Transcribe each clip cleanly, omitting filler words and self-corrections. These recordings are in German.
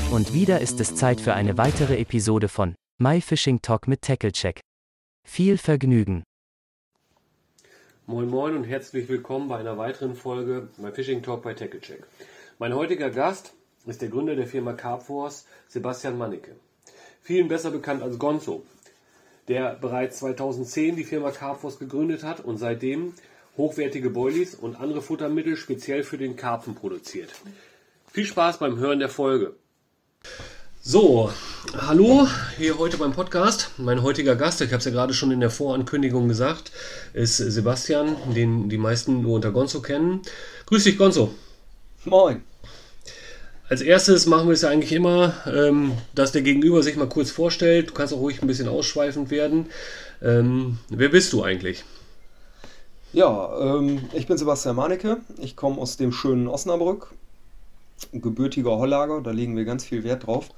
Und wieder ist es Zeit für eine weitere Episode von My Fishing Talk mit TackleCheck. Viel Vergnügen! Moin Moin und herzlich willkommen bei einer weiteren Folge My Fishing Talk bei TackleCheck. Mein heutiger Gast ist der Gründer der Firma Carpforce, Sebastian Mannecke. Vielen besser bekannt als Gonzo, der bereits 2010 die Firma Carpforce gegründet hat und seitdem hochwertige Boilies und andere Futtermittel speziell für den Karpfen produziert. Viel Spaß beim Hören der Folge. So, hallo, hier heute beim Podcast. Mein heutiger Gast, ich habe es ja gerade schon in der Vorankündigung gesagt, ist Sebastian, den die meisten nur unter Gonzo kennen. Grüß dich, Gonzo. Moin. Als erstes machen wir es ja eigentlich immer, dass der Gegenüber sich mal kurz vorstellt. Du kannst auch ruhig ein bisschen ausschweifend werden. Wer bist du eigentlich? Ja, ich bin Sebastian Mannecke. Ich komme aus dem schönen Osnabrück. Gebürtiger Hollager, da legen wir ganz viel Wert drauf.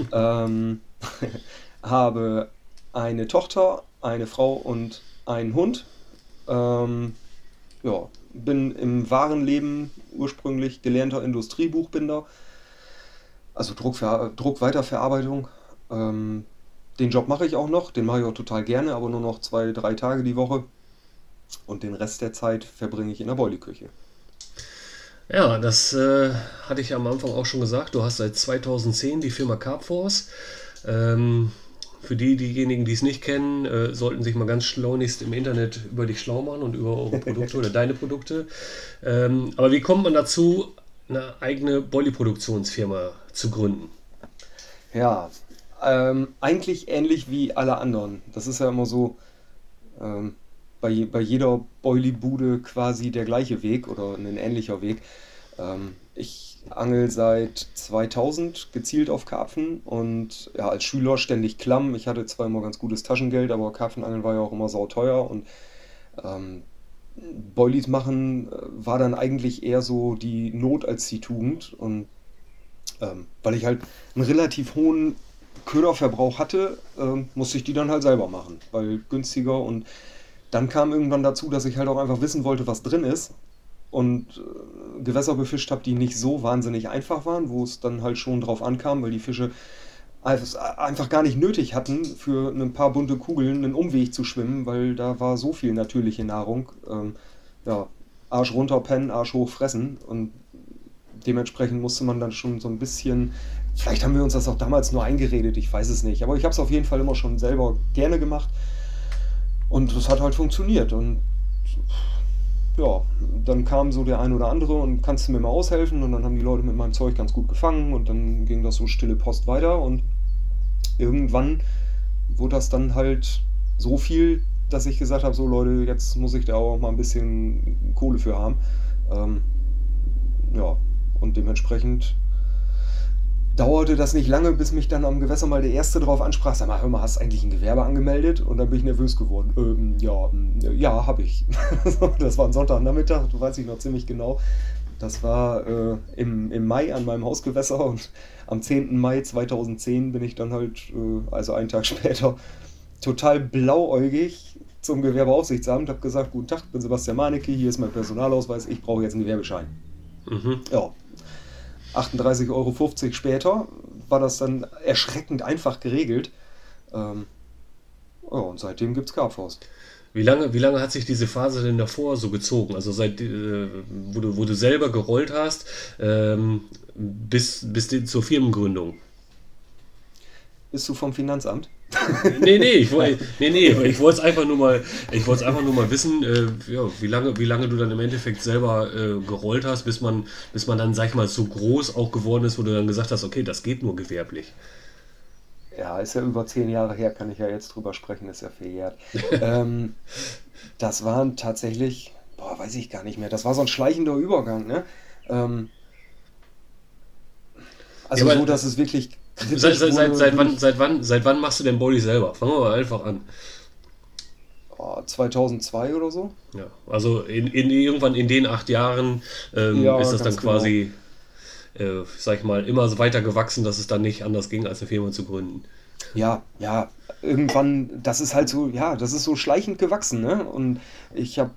Habe eine Tochter, eine Frau und einen Hund. Ja, bin im wahren Leben ursprünglich gelernter Industriebuchbinder, also Druckweiterverarbeitung. Den Job mache ich auch noch, den mache ich auch total gerne, aber nur noch 2-3 Tage die Woche. Und den Rest der Zeit verbringe ich in der Boilie-Küche. Ja, das hatte ich am Anfang auch schon gesagt. Du hast seit 2010 die Firma Carpforce. Für diejenigen, die es nicht kennen, sollten sich mal ganz schleunigst im Internet über dich schlau machen und über eure Produkte oder deine Produkte. Aber wie kommt man dazu, eine eigene Boilie-Produktionsfirma zu gründen? Ja, eigentlich ähnlich wie alle anderen. Das ist ja immer so, bei jeder Boilie-Bude quasi der gleiche Weg oder ein ähnlicher Weg. Ich angel seit 2000 gezielt auf Karpfen und ja, als Schüler ständig Klamm. Ich hatte zwar immer ganz gutes Taschengeld, aber Karpfenangeln war ja auch immer sauteuer und Boilies machen war dann eigentlich eher so die Not als die Tugend. Und weil ich halt einen relativ hohen Köderverbrauch hatte, musste ich die dann halt selber machen, weil günstiger. Und dann kam irgendwann dazu, dass ich halt auch einfach wissen wollte, was drin ist und Gewässer befischt habe, die nicht so wahnsinnig einfach waren, wo es dann halt schon drauf ankam, weil die Fische einfach gar nicht nötig hatten, für ein paar bunte Kugeln einen Umweg zu schwimmen, weil da war so viel natürliche Nahrung. Ja, Arsch runter pennen, Arsch hoch fressen und dementsprechend musste man dann schon so ein bisschen, vielleicht haben wir uns das auch damals nur eingeredet, ich weiß es nicht, aber ich habe es auf jeden Fall immer schon selber gerne gemacht. Und das hat halt funktioniert und ja, dann kam so der ein oder andere und kannst du mir mal aushelfen und dann haben die Leute mit meinem Zeug ganz gut gefangen und dann ging das so stille Post weiter und irgendwann wurde das dann halt so viel, dass ich gesagt habe, so Leute, jetzt muss ich da auch mal ein bisschen Kohle für haben. Ja, und dementsprechend dauerte das nicht lange, bis mich dann am Gewässer mal der Erste drauf ansprach. Sag mal, hör mal, hast du eigentlich ein Gewerbe angemeldet? Und dann bin ich nervös geworden. Ja, habe ich. Das war ein Sonntagnachmittag, du weißt ich noch ziemlich genau. Das war im Mai an meinem Hausgewässer und am 10. Mai 2010 bin ich dann halt, also einen Tag später, total blauäugig zum Gewerbeaufsichtsamt. Habe gesagt, guten Tag, ich bin Sebastian Mannecke, hier ist mein Personalausweis, ich brauche jetzt einen Gewerbeschein. Ja. 38,50 € später war das dann erschreckend einfach geregelt. Ja, und seitdem gibt es Carpforce. Wie lange hat sich diese Phase denn davor so gezogen? Also seit wo du selber gerollt hast, bis zur Firmengründung? Bist du vom Finanzamt? Nee, ich wollte es einfach nur mal wissen, ja, wie lange du dann im Endeffekt selber gerollt hast, bis man dann, sag ich mal, so groß auch geworden ist, wo du dann gesagt hast, okay, das geht nur gewerblich. Ja, ist ja über 10 Jahre her, kann ich ja jetzt drüber sprechen, ist ja verjährt. Das waren tatsächlich, weiß ich gar nicht mehr, das war so ein schleichender Übergang, ne? Also ja, so, dass es wirklich... Seit wann machst du denn Boilie selber? Fangen wir mal einfach an. 2002 oder so. Ja, also irgendwann in den 8 Jahren ist das dann quasi, sag ich mal, immer so weiter gewachsen, dass es dann nicht anders ging, als eine Firma zu gründen. Ja, irgendwann, das ist halt so, ja, das ist so schleichend gewachsen, ne? Und ich habe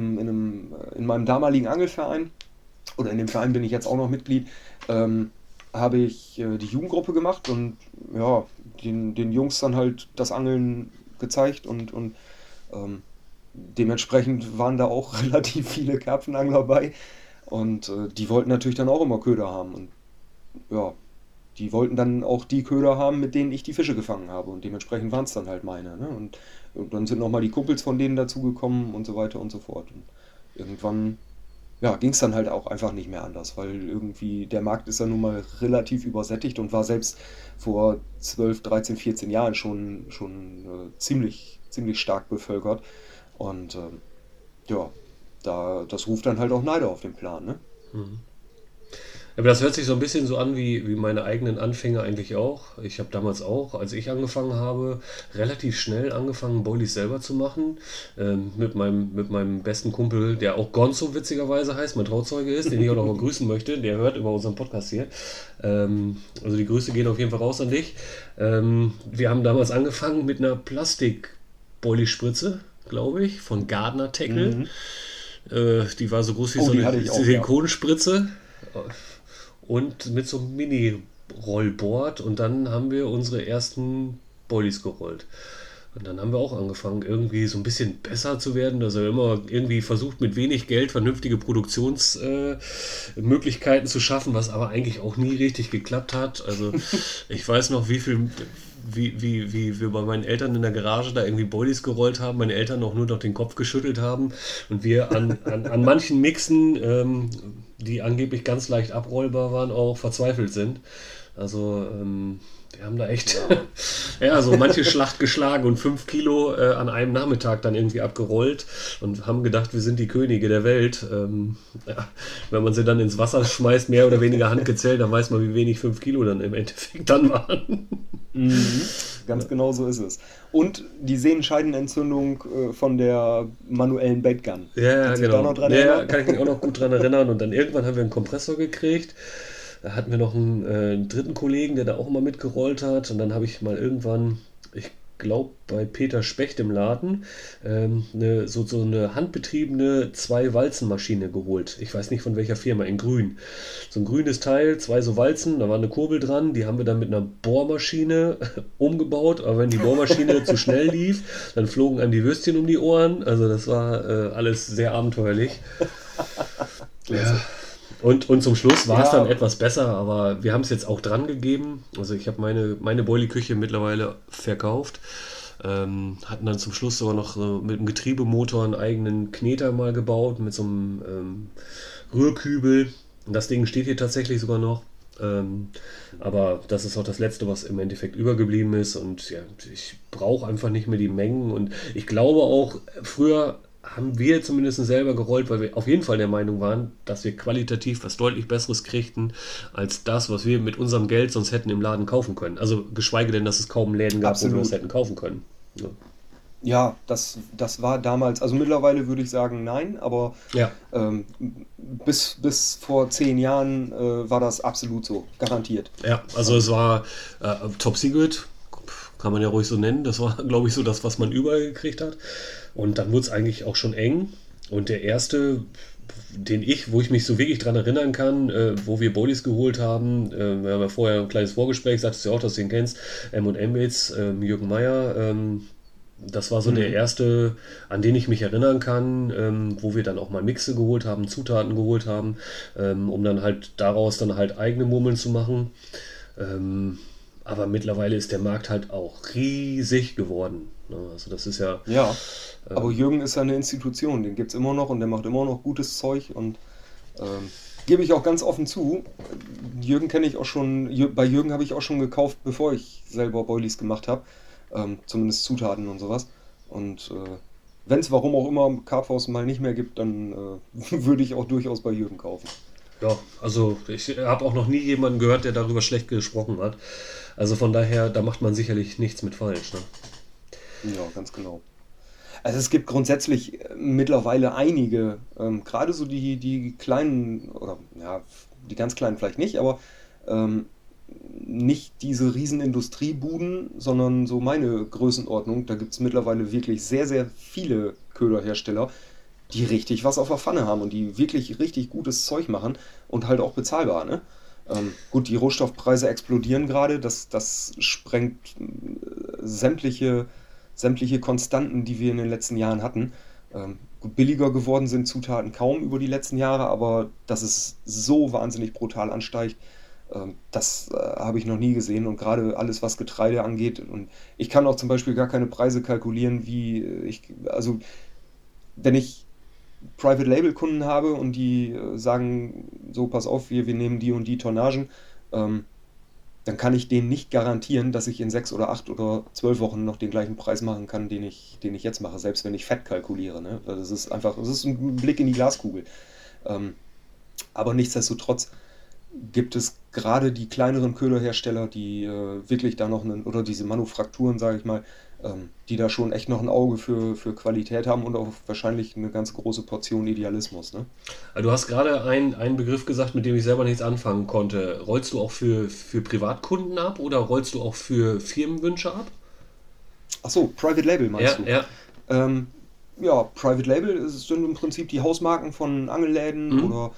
in meinem damaligen Angelverein, oder in dem Verein bin ich jetzt auch noch Mitglied, habe ich die Jugendgruppe gemacht und ja, den Jungs dann halt das Angeln gezeigt und dementsprechend waren da auch relativ viele Karpfenangler bei und die wollten natürlich dann auch immer Köder haben und ja, die wollten dann auch die Köder haben, mit denen ich die Fische gefangen habe und dementsprechend waren es dann halt meine. Ne? Und dann sind nochmal die Kumpels von denen dazugekommen und so weiter und so fort. Und irgendwann ja, ging es dann halt auch einfach nicht mehr anders, weil irgendwie der Markt ist ja nun mal relativ übersättigt und war selbst vor 12, 13, 14 Jahren schon ziemlich stark bevölkert. Und ja, das ruft dann halt auch Neider auf den Plan, ne? Aber das hört sich so ein bisschen so an wie meine eigenen Anfänge eigentlich auch. Ich habe damals auch, als ich angefangen habe, relativ schnell angefangen, Boilies selber zu machen. Mit meinem besten Kumpel, der auch Gonzo witzigerweise heißt, mein Trauzeuge ist, den ich auch noch mal grüßen möchte. Der hört über unseren Podcast hier. Also die Grüße gehen auf jeden Fall raus an dich. Wir haben damals angefangen mit einer Plastik-Boilie-Spritze, glaube ich, von Gardner Tackle. Die war so groß wie Oh, so die hatte eine ich auch, ja. Silikonspritze. Und mit so einem Mini-Rollboard und dann haben wir unsere ersten Boilies gerollt. Und dann haben wir auch angefangen, irgendwie so ein bisschen besser zu werden. Also immer irgendwie versucht, mit wenig Geld vernünftige Produktionsmöglichkeiten zu schaffen, was aber eigentlich auch nie richtig geklappt hat. Also ich weiß noch, wie wir bei meinen Eltern in der Garage da irgendwie Boilies gerollt haben, meine Eltern auch nur noch den Kopf geschüttelt haben und wir an manchen Mixen, die angeblich ganz leicht abrollbar waren, auch verzweifelt sind. Also wir haben da echt ja, so manche Schlacht geschlagen und 5 Kilo an einem Nachmittag dann irgendwie abgerollt und haben gedacht, wir sind die Könige der Welt. Ja, wenn man sie dann ins Wasser schmeißt, mehr oder weniger handgezählt, dann weiß man, wie wenig 5 Kilo dann im Endeffekt dann waren. Ganz genau so ist es. Und die Sehenscheidenentzündung von der manuellen Baitgun. Ja, Kannst du dich genau. da noch dran Ja, erinnern? kann ich mich auch noch gut dran erinnern. Und dann irgendwann haben wir einen Kompressor gekriegt. Da hatten wir noch einen dritten Kollegen, der da auch immer mitgerollt hat. Und dann habe ich mal irgendwann, ich glaube bei Peter Specht im Laden, so eine handbetriebene 2-Walzen-Maschine geholt. Ich weiß nicht von welcher Firma, in grün. So ein grünes Teil, 2 so Walzen, da war eine Kurbel dran. Die haben wir dann mit einer Bohrmaschine umgebaut. Aber wenn die Bohrmaschine zu schnell lief, dann flogen einem die Würstchen um die Ohren. Also das war alles sehr abenteuerlich. Ja. Und zum Schluss war es dann etwas besser, aber wir haben es jetzt auch dran gegeben. Also ich habe meine Boilie-Küche mittlerweile verkauft. Hatten dann zum Schluss sogar noch mit dem Getriebemotor einen eigenen Kneter mal gebaut, mit so einem Rührkübel. Und das Ding steht hier tatsächlich sogar noch. Aber das ist auch das Letzte, was im Endeffekt übergeblieben ist. Und ja, ich brauche einfach nicht mehr die Mengen. Und ich glaube auch, früher haben wir zumindest selber gerollt, weil wir auf jeden Fall der Meinung waren, dass wir qualitativ was deutlich Besseres kriegten, als das, was wir mit unserem Geld sonst hätten im Laden kaufen können. Also geschweige denn, dass es kaum Läden gab, wo wir das hätten kaufen können. Ja. Ja, das war damals, also mittlerweile würde ich sagen nein, aber Ja. bis vor 10 Jahren war das absolut so, garantiert. Ja, also es war Top Secret, kann man ja ruhig so nennen. Das war, glaube ich, so das, was man überall gekriegt hat. Und dann wurde es eigentlich auch schon eng. Und der erste, wo ich mich so wirklich dran erinnern kann, wo wir Boilies geholt haben, wir haben ja vorher ein kleines Vorgespräch, sagtest du ja auch, dass du ihn kennst, M&M Baits, Jürgen Meier, das war so der erste, an den ich mich erinnern kann, wo wir dann auch mal Mixe geholt haben, Zutaten geholt haben, um dann halt daraus dann halt eigene Murmeln zu machen. Aber mittlerweile ist der Markt halt auch riesig geworden. Ne? Also das ist ja... Ja, aber Jürgen ist ja eine Institution, den gibt es immer noch und der macht immer noch gutes Zeug und gebe ich auch ganz offen zu, Jürgen kenne ich auch schon, bei Jürgen habe ich auch schon gekauft, bevor ich selber Boilies gemacht habe, zumindest Zutaten und sowas. Und wenn es warum auch immer im Karpfhaus mal nicht mehr gibt, dann würde ich auch durchaus bei Jürgen kaufen. Ja, also ich habe auch noch nie jemanden gehört, der darüber schlecht gesprochen hat. Also von daher, da macht man sicherlich nichts mit falsch. Ne? Ja, ganz genau. Also es gibt grundsätzlich mittlerweile einige, gerade so die kleinen, oder ja, die ganz kleinen vielleicht nicht, aber nicht diese riesen Industriebuden, sondern so meine Größenordnung. Da gibt es mittlerweile wirklich sehr, sehr viele Köderhersteller, die richtig was auf der Pfanne haben und die wirklich richtig gutes Zeug machen und halt auch bezahlbar, ne? Gut, die Rohstoffpreise explodieren gerade, das sprengt sämtliche Konstanten, die wir in den letzten Jahren hatten. Gut, billiger geworden sind Zutaten kaum über die letzten Jahre, aber dass es so wahnsinnig brutal ansteigt, das habe ich noch nie gesehen. Und gerade alles, was Getreide angeht. Und ich kann auch zum Beispiel gar keine Preise kalkulieren, also wenn ich Private Label Kunden habe und die sagen, so pass auf, wir nehmen die und die Tonnagen, dann kann ich denen nicht garantieren, dass ich in 6 oder 8 oder 12 Wochen noch den gleichen Preis machen kann, den ich jetzt mache, selbst wenn ich Fett kalkuliere. Ne? Das ist ein Blick in die Glaskugel. Aber nichtsdestotrotz gibt es gerade die kleineren Köderhersteller, die wirklich da noch oder diese Manufakturen, sage ich mal, die da schon echt noch ein Auge für Qualität haben und auch wahrscheinlich eine ganz große Portion Idealismus. Ne? Also du hast gerade einen Begriff gesagt, mit dem ich selber nichts anfangen konnte. Rollst du auch für Privatkunden ab oder rollst du auch für Firmenwünsche ab? Achso, Private Label meinst du? Ja. Ja, Private Label sind im Prinzip die Hausmarken von Angelläden oder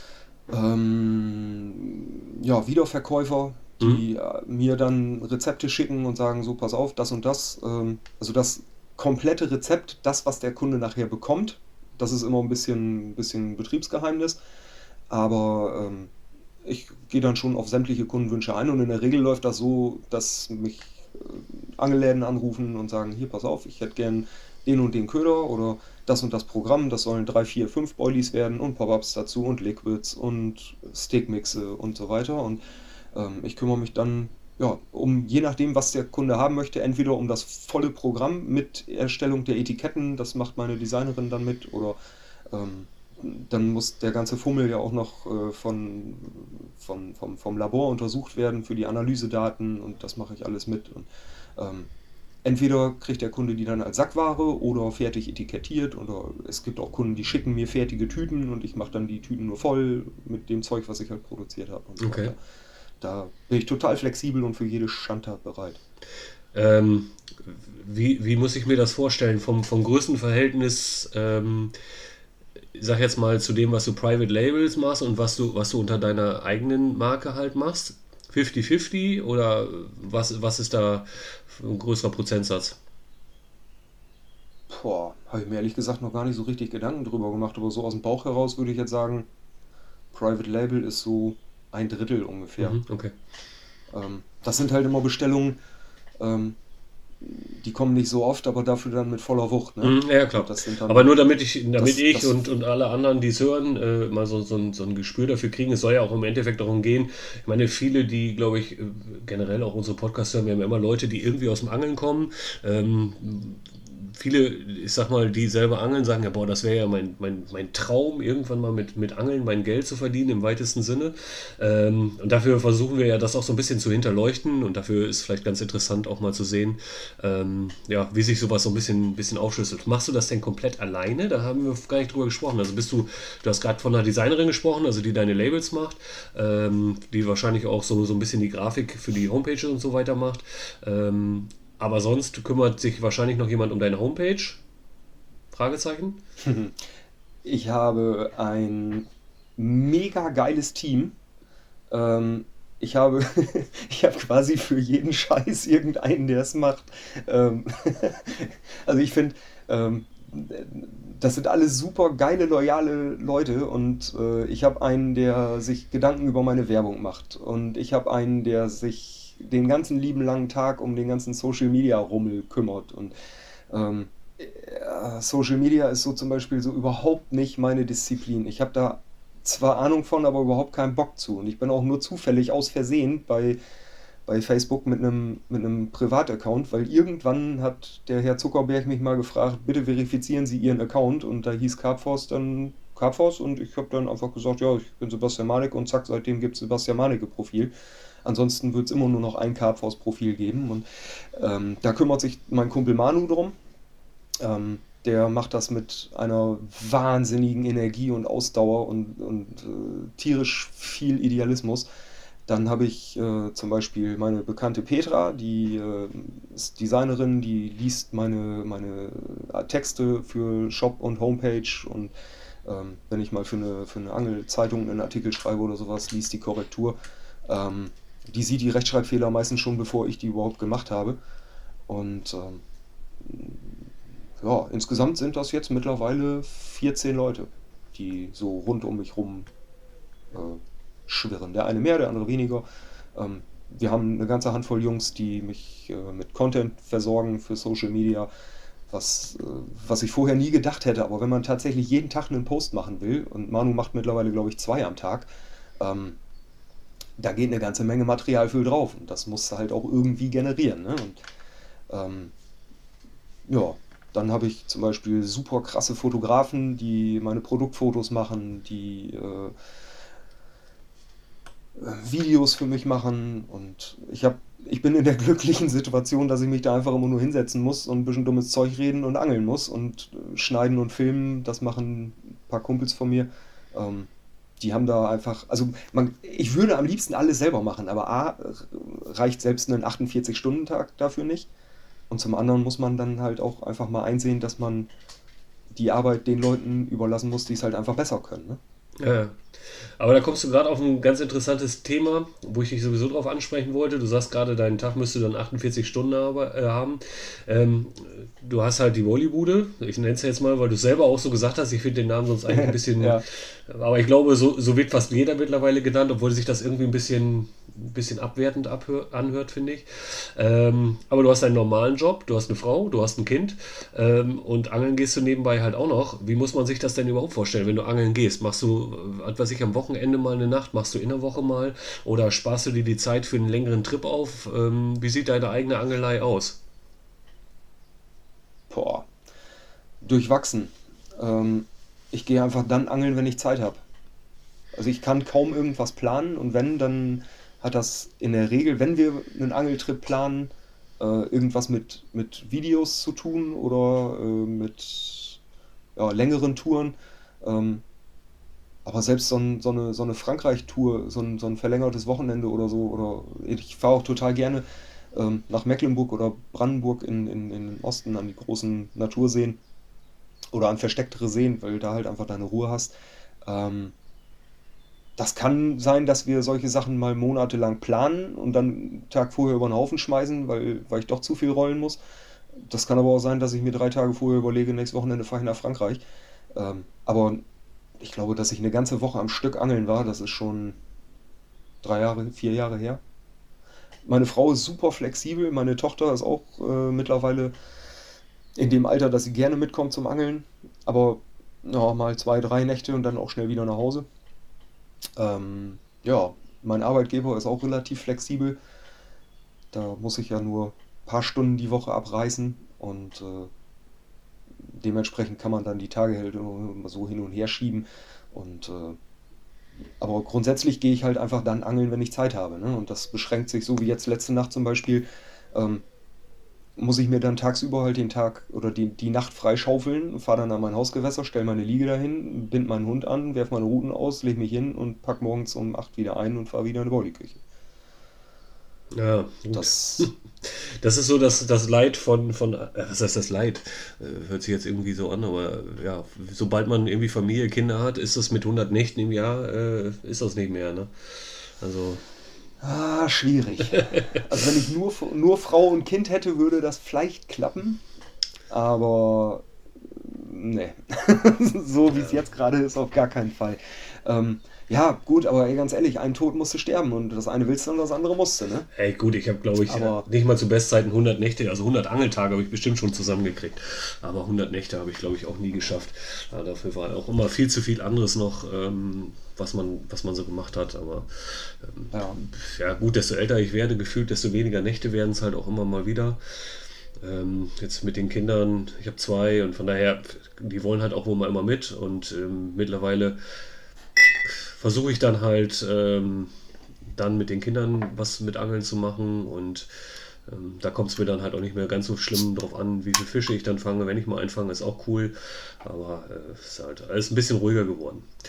Wiederverkäufer, die mir dann Rezepte schicken und sagen, so pass auf, das und das. Also das komplette Rezept, das, was der Kunde nachher bekommt, das ist immer ein bisschen Betriebsgeheimnis. Aber ich gehe dann schon auf sämtliche Kundenwünsche ein und in der Regel läuft das so, dass mich Angelläden anrufen und sagen, hier pass auf, ich hätte gern den und den Köder oder das und das Programm, das sollen 3, 4, 5 Boilies werden und Pop-Ups dazu und Liquids und Steakmixe und so weiter und ich kümmere mich dann je nachdem, was der Kunde haben möchte, entweder um das volle Programm mit Erstellung der Etiketten, das macht meine Designerin dann mit oder dann muss der ganze Fummel ja auch noch vom Labor untersucht werden für die Analysedaten und das mache ich alles mit und entweder kriegt der Kunde die dann als Sackware oder fertig etikettiert oder es gibt auch Kunden, die schicken mir fertige Tüten und ich mache dann die Tüten nur voll mit dem Zeug, was ich halt produziert habe. Und okay. Da bin ich total flexibel und für jede Schandtat bereit. Wie muss ich mir das vorstellen? Vom Größenverhältnis, ich sag jetzt mal zu dem, was du Private Labels machst und was du unter deiner eigenen Marke halt machst? 50-50 oder was ist da ein größerer Prozentsatz? Habe ich mir ehrlich gesagt noch gar nicht so richtig Gedanken drüber gemacht, aber so aus dem Bauch heraus würde ich jetzt sagen, Private Label ist so 1/3 ungefähr. Okay. Das sind halt immer Bestellungen, die kommen nicht so oft, aber dafür dann mit voller Wucht. Ne? Ja, klar. Aber nur damit ich und alle anderen, die es hören, mal so ein Gespür dafür kriegen. Es soll ja auch im Endeffekt darum gehen. Ich meine, viele, die, glaube ich, generell auch unsere Podcasts hören, wir haben ja immer Leute, die irgendwie aus dem Angeln kommen. Viele, ich sag mal, die selber angeln, sagen ja, boah, das wäre ja mein Traum, irgendwann mal mit Angeln mein Geld zu verdienen, im weitesten Sinne. Und dafür versuchen wir ja, das auch so ein bisschen zu hinterleuchten und dafür ist vielleicht ganz interessant auch mal zu sehen, wie sich sowas so ein bisschen aufschlüsselt. Machst du das denn komplett alleine? Da haben wir gar nicht drüber gesprochen. Also du hast gerade von einer Designerin gesprochen, also die deine Labels macht, die wahrscheinlich auch so ein bisschen die Grafik für die Homepage und so weiter macht. Aber sonst kümmert sich wahrscheinlich noch jemand um deine Homepage? Fragezeichen? Ich habe ein mega geiles Team. Ich habe quasi für jeden Scheiß irgendeinen, der es macht. Also ich finde, das sind alles super geile, loyale Leute und ich habe einen, der sich Gedanken über meine Werbung macht und ich habe einen, der sich den ganzen lieben langen Tag um den ganzen Social Media Rummel kümmert und Social Media ist so zum Beispiel so überhaupt nicht meine Disziplin. Ich habe da zwar Ahnung von, aber überhaupt keinen Bock zu und ich bin auch nur zufällig aus Versehen bei Facebook mit einem Privataccount, weil irgendwann hat der Herr Zuckerberg mich mal gefragt, bitte verifizieren Sie Ihren Account und da hieß Carpforce dann Carpforce und ich habe dann einfach gesagt, ja, ich bin Sebastian Manecke und zack, seitdem gibt es Sebastian Manecke Profil. Ansonsten wird es immer nur noch ein Carpforce-Profil geben und da kümmert sich mein Kumpel Manu drum. Der macht das mit einer wahnsinnigen Energie und Ausdauer und tierisch viel Idealismus. Dann habe ich zum Beispiel meine bekannte Petra, die ist Designerin, die liest meine Texte für Shop und Homepage und Wenn ich mal für eine Angelzeitung einen Artikel schreibe oder sowas, liest die Korrektur. Die sieht die Rechtschreibfehler meistens schon, bevor ich die überhaupt gemacht habe. Und ja, insgesamt sind das jetzt mittlerweile 14 Leute, die so rund um mich rum äh, schwirren. Der eine mehr, der andere weniger. Wir haben eine ganze Handvoll Jungs, die mich mit Content versorgen für Social Media, was ich vorher nie gedacht hätte. Aber wenn man tatsächlich jeden Tag einen Post machen will, und Manu macht mittlerweile, glaube ich, 2 am Tag, da geht eine ganze Menge Material für drauf. Und das muss halt auch irgendwie generieren. Ne? Und ja, dann habe ich zum Beispiel super krasse Fotografen, die meine Produktfotos machen, die Videos für mich machen, und ich bin in der glücklichen Situation, dass ich mich da einfach immer nur hinsetzen muss und ein bisschen dummes Zeug reden und angeln muss, und schneiden und filmen, das machen ein paar Kumpels von mir. Die haben da einfach, also ich würde am liebsten alles selber machen, aber A, reicht selbst ein 48-Stunden-Tag dafür nicht, und zum anderen muss man dann halt auch einfach mal einsehen, dass man die Arbeit den Leuten überlassen muss, die es halt einfach besser können. Ne? Ja, aber da kommst du gerade auf ein ganz interessantes Thema, wo ich dich sowieso drauf ansprechen wollte. Du sagst gerade, dein Tag müsste dann 48 Stunden haben. Du hast halt die Wolleybude, ich nenne es jetzt mal, weil du es selber auch so gesagt hast. Ich finde den Namen sonst eigentlich ein bisschen, Ja. aber ich glaube, so wird fast jeder mittlerweile genannt, obwohl sich das irgendwie ein bisschen abwertend anhört, finde ich. Aber du hast einen normalen Job, du hast eine Frau, du hast ein Kind, und angeln gehst du nebenbei halt auch noch. Wie muss man sich das denn überhaupt vorstellen, wenn du angeln gehst? Machst du, was weiß ich, am Wochenende mal eine Nacht, machst du in der Woche mal, oder sparst du dir die Zeit für einen längeren Trip auf? Wie sieht deine eigene Angelei aus? Boah, durchwachsen. Ich gehe einfach dann angeln, wenn ich Zeit habe. Also ich kann kaum irgendwas planen, und wenn, dann hat das in der Regel, wenn wir einen Angeltrip planen, irgendwas mit Videos zu tun oder mit längeren Touren. Ähm, aber selbst so eine Frankreich-Tour, so ein verlängertes Wochenende oder so, oder ich fahre auch total gerne nach Mecklenburg oder Brandenburg in den Osten an die großen Naturseen oder an verstecktere Seen, weil du da halt einfach deine Ruhe hast. Ähm, Das kann sein, dass wir solche Sachen mal monatelang planen und dann einen Tag vorher über den Haufen schmeißen, weil ich doch zu viel rollen muss. Das kann aber auch sein, dass ich mir 3 Tage vorher überlege, nächstes Wochenende fahre ich nach Frankreich. Aber ich glaube, dass ich eine ganze Woche am Stück angeln war, das ist schon 3 Jahre, 4 Jahre her. Meine Frau ist super flexibel, meine Tochter ist auch mittlerweile in dem Alter, dass sie gerne mitkommt zum Angeln, aber ja, mal 2, 3 Nächte und dann auch schnell wieder nach Hause. Ja, mein Arbeitgeber ist auch relativ flexibel. Da muss ich ja nur ein paar Stunden die Woche abreißen, und dementsprechend kann man dann die Tage halt immer so hin und her schieben. Und aber grundsätzlich gehe ich halt einfach dann angeln, wenn ich Zeit habe. Ne? Und das beschränkt sich so wie jetzt letzte Nacht zum Beispiel. Ähm, Muss ich mir dann tagsüber halt den Tag oder die Nacht freischaufeln, fahre dann an mein Hausgewässer, stelle meine Liege dahin, bind meinen Hund an, werfe meine Routen aus, lege mich hin und pack morgens um 8 wieder ein und fahre wieder in die Boilyküche. Ja, gut. Das, Das ist so das Leid was heißt das Leid? Hört sich jetzt irgendwie so an, aber ja, sobald man irgendwie Familie, Kinder hat, ist das mit 100 Nächten im Jahr, ist das nicht mehr, ne? Also, schwierig. Also wenn ich nur Frau und Kind hätte, würde das vielleicht klappen, aber ne. So wie es jetzt gerade ist, auf gar keinen Fall. Ja, gut, aber ey, ganz ehrlich, ein Tod musste sterben, und das eine willst du und das andere musste, ne? ey, gut, ich habe, glaube ich, Aber nicht mal zu Bestzeiten 100 Nächte, also 100 Angeltage habe ich bestimmt schon zusammengekriegt. Aber 100 Nächte habe ich, glaube ich, auch nie geschafft. Ja, dafür war auch immer viel zu viel anderes noch, was man so gemacht hat. Aber ja, ja, gut, desto älter ich werde, gefühlt, desto weniger Nächte werden es halt auch immer mal wieder. Jetzt mit den Kindern, ich habe 2, und von daher, die wollen halt auch wohl mal immer mit, und mittlerweile versuche ich dann halt dann mit den Kindern was mit Angeln zu machen, und da kommt es mir dann halt auch nicht mehr ganz so schlimm drauf an, wie viele Fische ich dann fange. Wenn ich mal einfange, ist auch cool, aber es ist halt alles ein bisschen ruhiger geworden.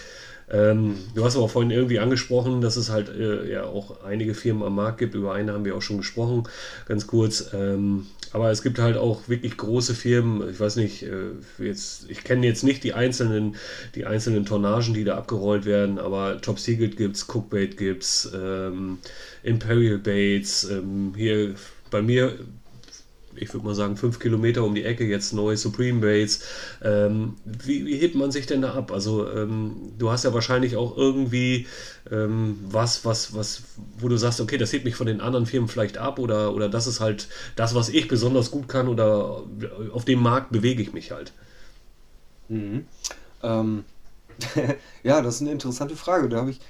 Du hast aber vorhin irgendwie angesprochen, dass es halt ja auch einige Firmen am Markt gibt. Über eine haben wir auch schon gesprochen, ganz kurz. Aber es gibt halt auch wirklich große Firmen. Ich weiß nicht, ich kenne jetzt nicht die einzelnen Tonnagen, die da abgerollt werden, aber Top Secret gibt's, Cookbait gibt's, Imperial Baits, hier bei mir, ich würde mal sagen, 5 Kilometer um die Ecke jetzt neu, Supreme Baits. Wie hebt man sich denn da ab? Also du hast ja wahrscheinlich auch irgendwie was, wo du sagst, okay, das hebt mich von den anderen Firmen vielleicht ab oder das ist halt das, was ich besonders gut kann oder auf dem Markt bewege ich mich halt. Mhm. Ähm, ja, das ist eine interessante Frage. Da habe ich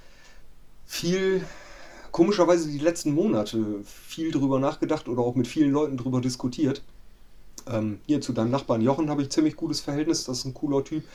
komischerweise die letzten Monate viel drüber nachgedacht oder auch mit vielen Leuten drüber diskutiert. Hier zu deinem Nachbarn Jochen habe ich ziemlich gutes Verhältnis, das ist ein cooler Typ.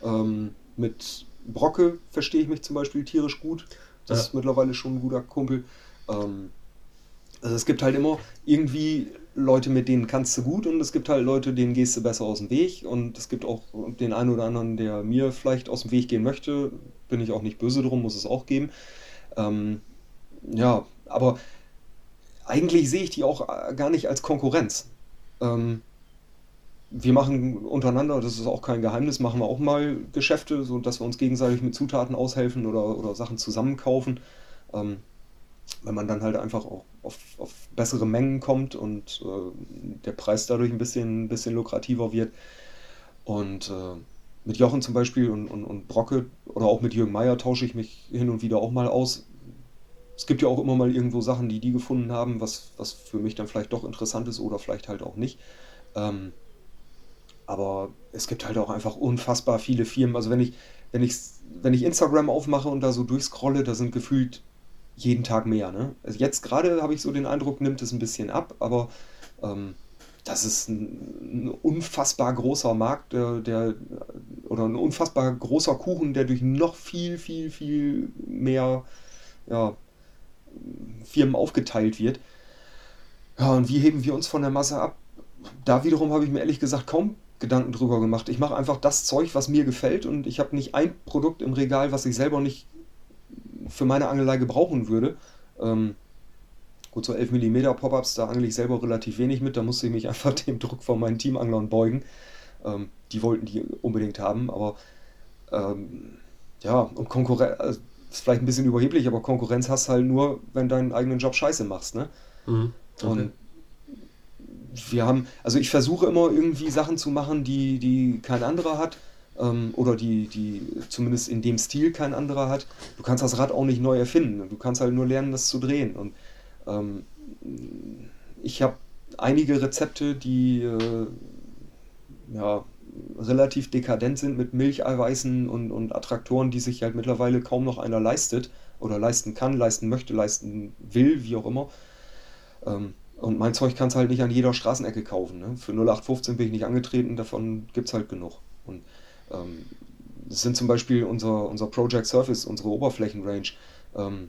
Mit Brocke verstehe ich mich zum Beispiel tierisch gut. Das Ja. ist mittlerweile schon ein guter Kumpel. Ähm, also es gibt halt immer irgendwie Leute, mit denen kannst du gut und es gibt halt Leute, denen gehst du besser aus dem Weg und es gibt auch den einen oder anderen, der mir vielleicht aus dem Weg gehen möchte. Bin ich auch nicht böse drum, muss es auch geben. Ähm, ja, aber eigentlich sehe ich die auch gar nicht als Konkurrenz. Ähm, Wir machen untereinander, das ist auch kein Geheimnis, machen wir auch mal Geschäfte, so dass wir uns gegenseitig mit Zutaten aushelfen oder Sachen zusammenkaufen. Ähm, Wenn man dann halt einfach auch auf bessere Mengen kommt und der Preis dadurch ein bisschen lukrativer wird. Und mit Jochen zum Beispiel und Brocke oder auch mit Jürgen Meier tausche ich mich hin und wieder auch mal aus. Es gibt ja auch immer mal irgendwo Sachen, die gefunden haben, was für mich dann vielleicht doch interessant ist oder vielleicht halt auch nicht. Ähm, aber es gibt halt auch einfach unfassbar viele Firmen. Also wenn ich, wenn ich Instagram aufmache und da so durchscrolle, da sind gefühlt jeden Tag mehr, ne? Also jetzt gerade habe ich so den Eindruck, nimmt es ein bisschen ab, aber ähm, das ist ein unfassbar großer Markt, oder ein unfassbar großer Kuchen, der durch noch viel, viel, viel mehr, ja, Firmen aufgeteilt wird. Ja, und wie heben wir uns von der Masse ab? Da wiederum habe ich mir ehrlich gesagt kaum Gedanken drüber gemacht. Ich mache einfach das Zeug, was mir gefällt und ich habe nicht ein Produkt im Regal, was ich selber nicht für meine Angelei gebrauchen würde. Ähm, gut, so 11 mm Pop-Ups, da angle ich selber relativ wenig mit, da musste ich mich einfach dem Druck von meinen Teamanglern beugen. Die wollten die unbedingt haben, aber ähm, ja, und Konkurrenz, also, ist vielleicht ein bisschen überheblich, aber Konkurrenz hast halt nur, wenn du deinen eigenen Job scheiße machst, ne? Mhm. Okay. Und also ich versuche immer irgendwie Sachen zu machen, die kein anderer hat, oder die zumindest in dem Stil kein anderer hat. Du kannst das Rad auch nicht neu erfinden. Du kannst halt nur lernen, das zu drehen. Und ähm, ich habe einige Rezepte, die ja, relativ dekadent sind mit Milcheiweißen und Attraktoren, die sich halt mittlerweile kaum noch einer leistet oder leisten kann, leisten möchte, leisten will, wie auch immer. Und mein Zeug kannst du halt nicht an jeder Straßenecke kaufen. Ne? Für 0815 bin ich nicht angetreten, davon gibt es halt genug. Und ähm, das sind zum Beispiel unser Project Surface, unsere Oberflächenrange. Ähm,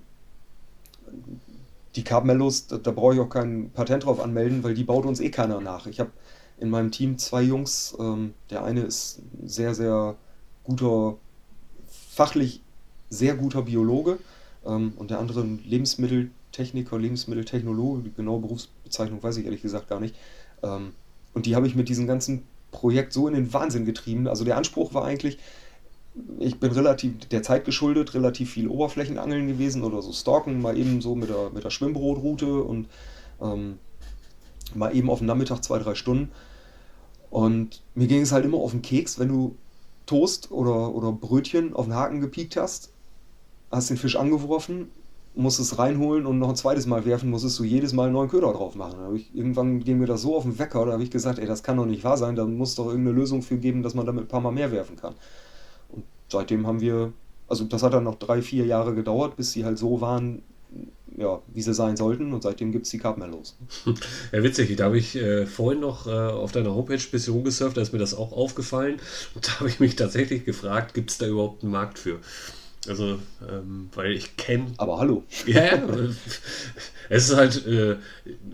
die Carb Mellows, da brauche ich auch kein Patent drauf anmelden, weil die baut uns eh keiner nach. Ich habe in meinem Team zwei Jungs, der eine ist ein sehr, sehr guter, fachlich sehr guter Biologe, und der andere ein Lebensmitteltechniker, Lebensmitteltechnologe, die genaue Berufsbezeichnung weiß ich ehrlich gesagt gar nicht. Ähm, und die habe ich mit diesem ganzen Projekt so in den Wahnsinn getrieben. Also der Anspruch war eigentlich, ich bin relativ der Zeit geschuldet, relativ viel Oberflächenangeln gewesen oder so Stalken, mal eben so mit der Schwimmbrotroute und ähm, mal eben auf den Nachmittag 2, 3 Stunden. Und mir ging es halt immer auf den Keks, wenn du Toast oder Brötchen auf den Haken gepiekt hast den Fisch angeworfen, musst es reinholen und noch ein zweites Mal werfen, musstest du jedes Mal einen neuen Köder drauf machen. Irgendwann ging mir das so auf den Wecker, da habe ich gesagt, ey, das kann doch nicht wahr sein, da muss doch irgendeine Lösung für geben, dass man damit ein paar Mal mehr werfen kann. Und seitdem haben wir, also das hat dann noch 3, 4 Jahre gedauert, bis sie halt so waren, ja, wie sie sein sollten und seitdem gibt es die Carb Mellows. Ja, witzig, da habe ich vorhin noch auf deiner Homepage ein bisschen rumgesurft, da ist mir das auch aufgefallen und da habe ich mich tatsächlich gefragt, gibt es da überhaupt einen Markt für? Also, weil ich kenne, Aber hallo. ja, ja, es ist halt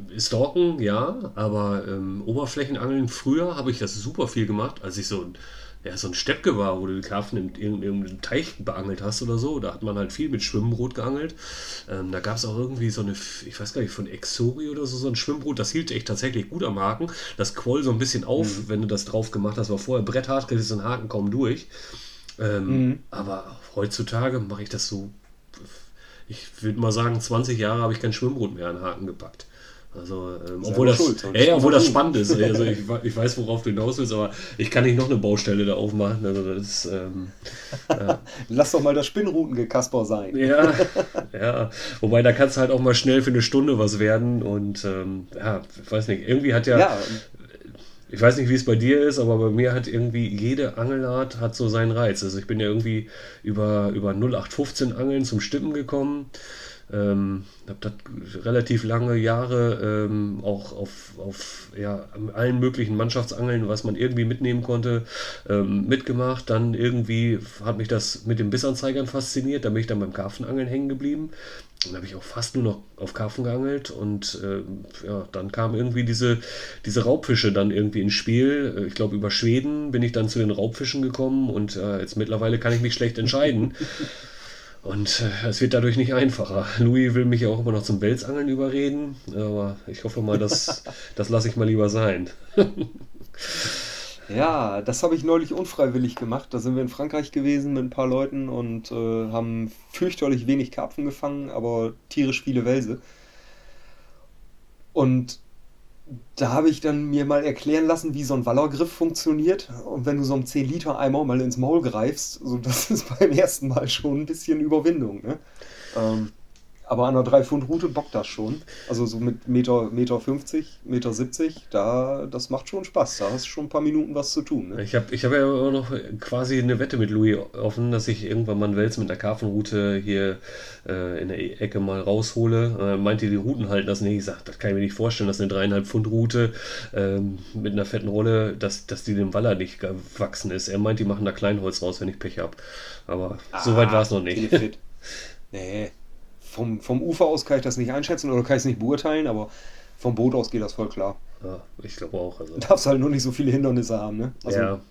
Stalken, ja, aber Oberflächenangeln, früher habe ich das super viel gemacht, als ich so so ein Steppke war, wo du die Karpfen in irgendeinem Teich beangelt hast oder so. Da hat man halt viel mit Schwimmbrot geangelt. Da gab es auch irgendwie so eine, ich weiß gar nicht, von Exori oder so ein Schwimmbrot. Das hielt echt tatsächlich gut am Haken. Das quoll so ein bisschen auf, wenn du das drauf gemacht hast. War vorher bretthart, kriegst du den Haken kaum durch. Aber heutzutage mache ich das so, ich würde mal sagen, 20 Jahre habe ich kein Schwimmbrot mehr an den Haken gepackt. Also, obwohl das spannend ist. Also ich weiß, worauf du hinaus willst, aber ich kann nicht noch eine Baustelle da aufmachen. Also das ist, Lass doch mal das Spinnrutengekasper sein. Ja. Wobei, da kannst du halt auch mal schnell für eine Stunde was werden und ich weiß nicht, irgendwie hat ich weiß nicht, wie es bei dir ist, aber bei mir hat irgendwie jede Angelart hat so seinen Reiz. Also ich bin ja irgendwie über 0815 Angeln zum Stippen gekommen. Habe das relativ lange Jahre auch auf allen möglichen Mannschaftsangeln, was man irgendwie mitnehmen konnte, mitgemacht. Dann irgendwie hat mich das mit den Bissanzeigern fasziniert. Da bin ich dann beim Karpfenangeln hängen geblieben. Dann habe ich auch fast nur noch auf Karpfen geangelt und dann kamen irgendwie diese Raubfische dann irgendwie ins Spiel. Ich glaube, über Schweden bin ich dann zu den Raubfischen gekommen und jetzt mittlerweile kann ich mich schlecht entscheiden. Und es wird dadurch nicht einfacher. Louis will mich ja auch immer noch zum Welsangeln überreden, aber ich hoffe mal, das lasse ich mal lieber sein. Ja, das habe ich neulich unfreiwillig gemacht. Da sind wir in Frankreich gewesen mit ein paar Leuten und haben fürchterlich wenig Karpfen gefangen, aber tierisch viele Welse. Und da habe ich dann mir mal erklären lassen, wie so ein Wallergriff funktioniert. Und wenn du so einen 10-Liter-Eimer mal ins Maul greifst, so, das ist beim ersten Mal schon ein bisschen Überwindung, ne? Aber an einer 3-Pfund-Rute bockt das schon. Also so mit Meter 50, Meter 70, das macht schon Spaß. Da hast du schon ein paar Minuten was zu tun. Ne? Ich hab ja immer noch quasi eine Wette mit Louis offen, dass ich irgendwann mal einen Wels mit einer Karpfenrute hier in der Ecke mal raushole. Meinte, die Routen halten das nicht. Ich sag, das kann ich mir nicht vorstellen, dass eine 3,5 Pfund Route mit einer fetten Rolle, dass die dem Waller nicht gewachsen ist. Er meint, die machen da Kleinholz raus, wenn ich Pech habe. Aber so weit war es noch nicht. Nee. Vom Ufer aus kann ich das nicht einschätzen oder kann ich es nicht beurteilen, aber vom Boot aus geht das voll klar. Ja, ich glaube auch. Also. Du darfst halt nur nicht so viele Hindernisse haben, ne? Also, ja.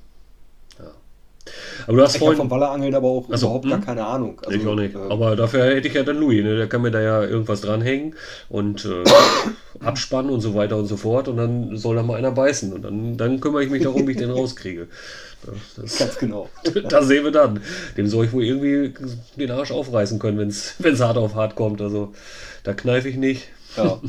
Aber du hast ich habe vom Wallerangeln aber auch überhaupt gar keine Ahnung. Also, ich auch nicht. Aber dafür hätte ich ja dann Louis, ne? Der kann mir da ja irgendwas dranhängen und abspannen und so weiter und so fort und dann soll da mal einer beißen und dann kümmere ich mich darum, wie ich den rauskriege. Ganz genau. Das sehen wir dann. Dem soll ich wohl irgendwie den Arsch aufreißen können, wenn es hart auf hart kommt. Also da kneife ich nicht. Ja.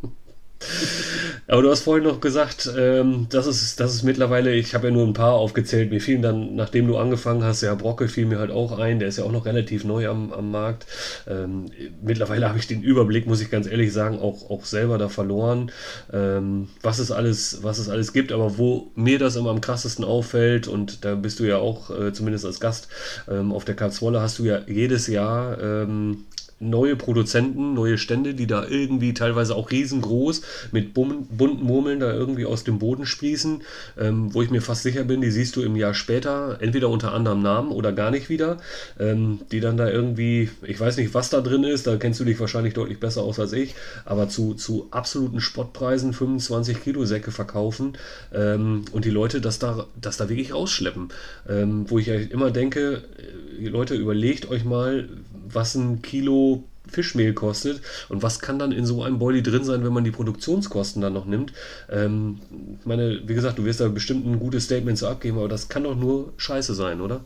Aber du hast vorhin noch gesagt, das ist mittlerweile, ich habe ja nur ein paar aufgezählt, mir fielen dann, nachdem du angefangen hast, ja, Brocke fiel mir halt auch ein, der ist ja auch noch relativ neu am Markt. Mittlerweile habe ich den Überblick, muss ich ganz ehrlich sagen, auch selber da verloren, was es alles gibt, aber wo mir das immer am krassesten auffällt, und da bist du ja auch, zumindest als Gast, auf der Karlswolle hast du ja jedes Jahr neue Produzenten, neue Stände, die da irgendwie teilweise auch riesengroß mit bunten Murmeln da irgendwie aus dem Boden sprießen, wo ich mir fast sicher bin, die siehst du im Jahr später, entweder unter anderem Namen oder gar nicht wieder, die dann da irgendwie, ich weiß nicht, was da drin ist, da kennst du dich wahrscheinlich deutlich besser aus als ich, aber zu absoluten Spottpreisen 25 Kilo Säcke verkaufen und die Leute das da wirklich rausschleppen, wo ich ja immer denke, Leute, überlegt euch mal, was ein Kilo Fischmehl kostet und was kann dann in so einem Boilie drin sein, wenn man die Produktionskosten dann noch nimmt. Ich meine, wie gesagt, du wirst da bestimmt ein gutes Statement so abgeben, aber das kann doch nur Scheiße sein, oder?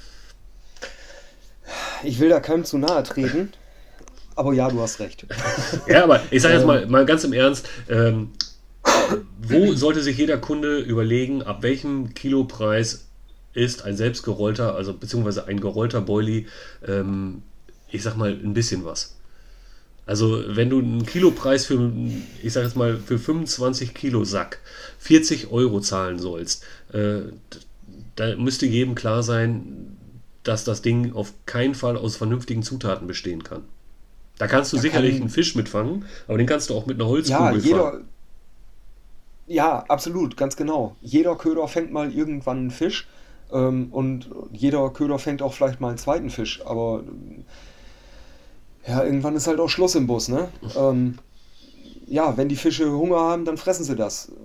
Ich will da keinem zu nahe treten, aber ja, du hast recht. Ja, aber ich sage jetzt mal ganz im Ernst, wo sollte sich jeder Kunde überlegen, ab welchem Kilopreis ist ein selbstgerollter, also beziehungsweise ein gerollter Boilie, ich sag mal, ein bisschen was. Also wenn du einen Kilopreis für 25 Kilo Sack 40 Euro zahlen sollst, da müsste jedem klar sein, dass das Ding auf keinen Fall aus vernünftigen Zutaten bestehen kann. Da kannst du sicherlich einen Fisch mitfangen, aber den kannst du auch mit einer Holzkugel fangen. Ja, absolut, ganz genau. Jeder Köder fängt mal irgendwann einen Fisch und jeder Köder fängt auch vielleicht mal einen zweiten Fisch, aber ja, irgendwann ist halt auch Schluss im Bus, ne? Ja, wenn die Fische Hunger haben, dann fressen sie das.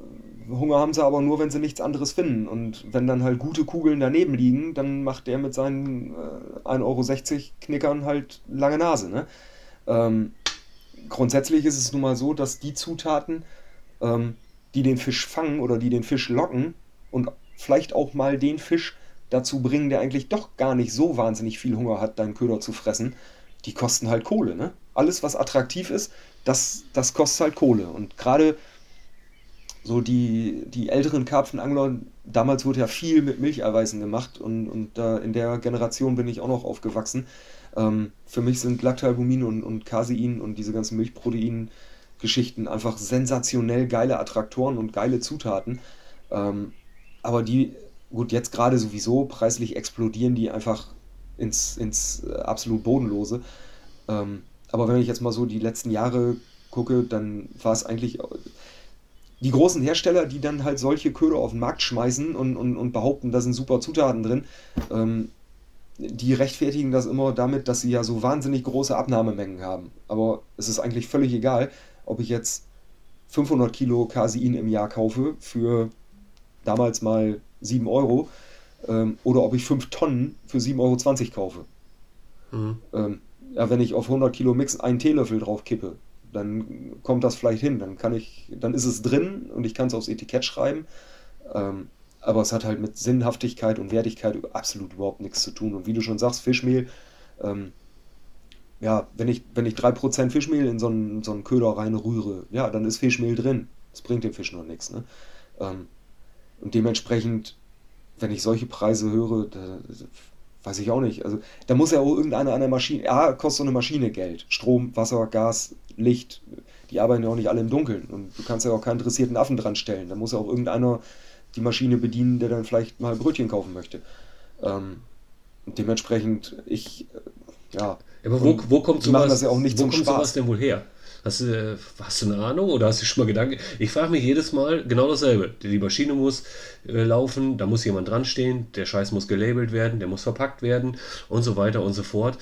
Hunger haben sie aber nur, wenn sie nichts anderes finden. Und wenn dann halt gute Kugeln daneben liegen, dann macht der mit seinen 1,60 € Knickern halt lange Nase, ne? Grundsätzlich ist es nun mal so, dass die Zutaten, die den Fisch fangen oder die den Fisch locken und vielleicht auch mal den Fisch dazu bringen, der eigentlich doch gar nicht so wahnsinnig viel Hunger hat, deinen Köder zu fressen, die kosten halt Kohle, ne? Alles, was attraktiv ist, das kostet halt Kohle. Und gerade so die älteren Karpfenangler, damals wurde ja viel mit Milcheiweißen gemacht und da in der Generation bin ich auch noch aufgewachsen. Für mich sind Lactalbumin und Casein und diese ganzen Milchprotein-Geschichten einfach sensationell geile Attraktoren und geile Zutaten. Aber die, gut, jetzt gerade sowieso, preislich explodieren die einfach ins absolut Bodenlose. Aber wenn ich jetzt mal so die letzten Jahre gucke, dann war es eigentlich die großen Hersteller, die dann halt solche Köder auf den Markt schmeißen und behaupten, da sind super Zutaten drin, die rechtfertigen das immer damit, dass sie ja so wahnsinnig große Abnahmemengen haben. Aber es ist eigentlich völlig egal, ob ich jetzt 500 Kilo Casein im Jahr kaufe für damals mal 7 Euro oder ob ich 5 Tonnen für 7,20 € kaufe. Ja, wenn ich auf 100 Kilo Mix einen Teelöffel drauf kippe, dann kommt das vielleicht hin. Dann ist es drin und ich kann es aufs Etikett schreiben. Aber es hat halt mit Sinnhaftigkeit und Wertigkeit absolut überhaupt nichts zu tun. Und wie du schon sagst, Fischmehl, ja, wenn ich 3% Fischmehl in so einen Köder reinrühre, ja, dann ist Fischmehl drin. Das bringt dem Fisch noch nichts, ne? Und dementsprechend, wenn ich solche Preise höre, weiß ich auch nicht. Also da muss ja auch irgendeiner an der Maschine, kostet so eine Maschine Geld. Strom, Wasser, Gas, Licht, die arbeiten ja auch nicht alle im Dunkeln. Und du kannst ja auch keinen interessierten Affen dran stellen. Da muss ja auch irgendeiner die Maschine bedienen, der dann vielleicht mal Brötchen kaufen möchte. Und dementsprechend, ja. Aber wo kommt sowas, das ja auch nicht wo zum kommt Spaß. sowas denn wohl her? Hast du eine Ahnung oder hast du schon mal Gedanken? Ich frage mich jedes Mal genau dasselbe. Die Maschine muss laufen, da muss jemand dran stehen, der Scheiß muss gelabelt werden, der muss verpackt werden und so weiter und so fort.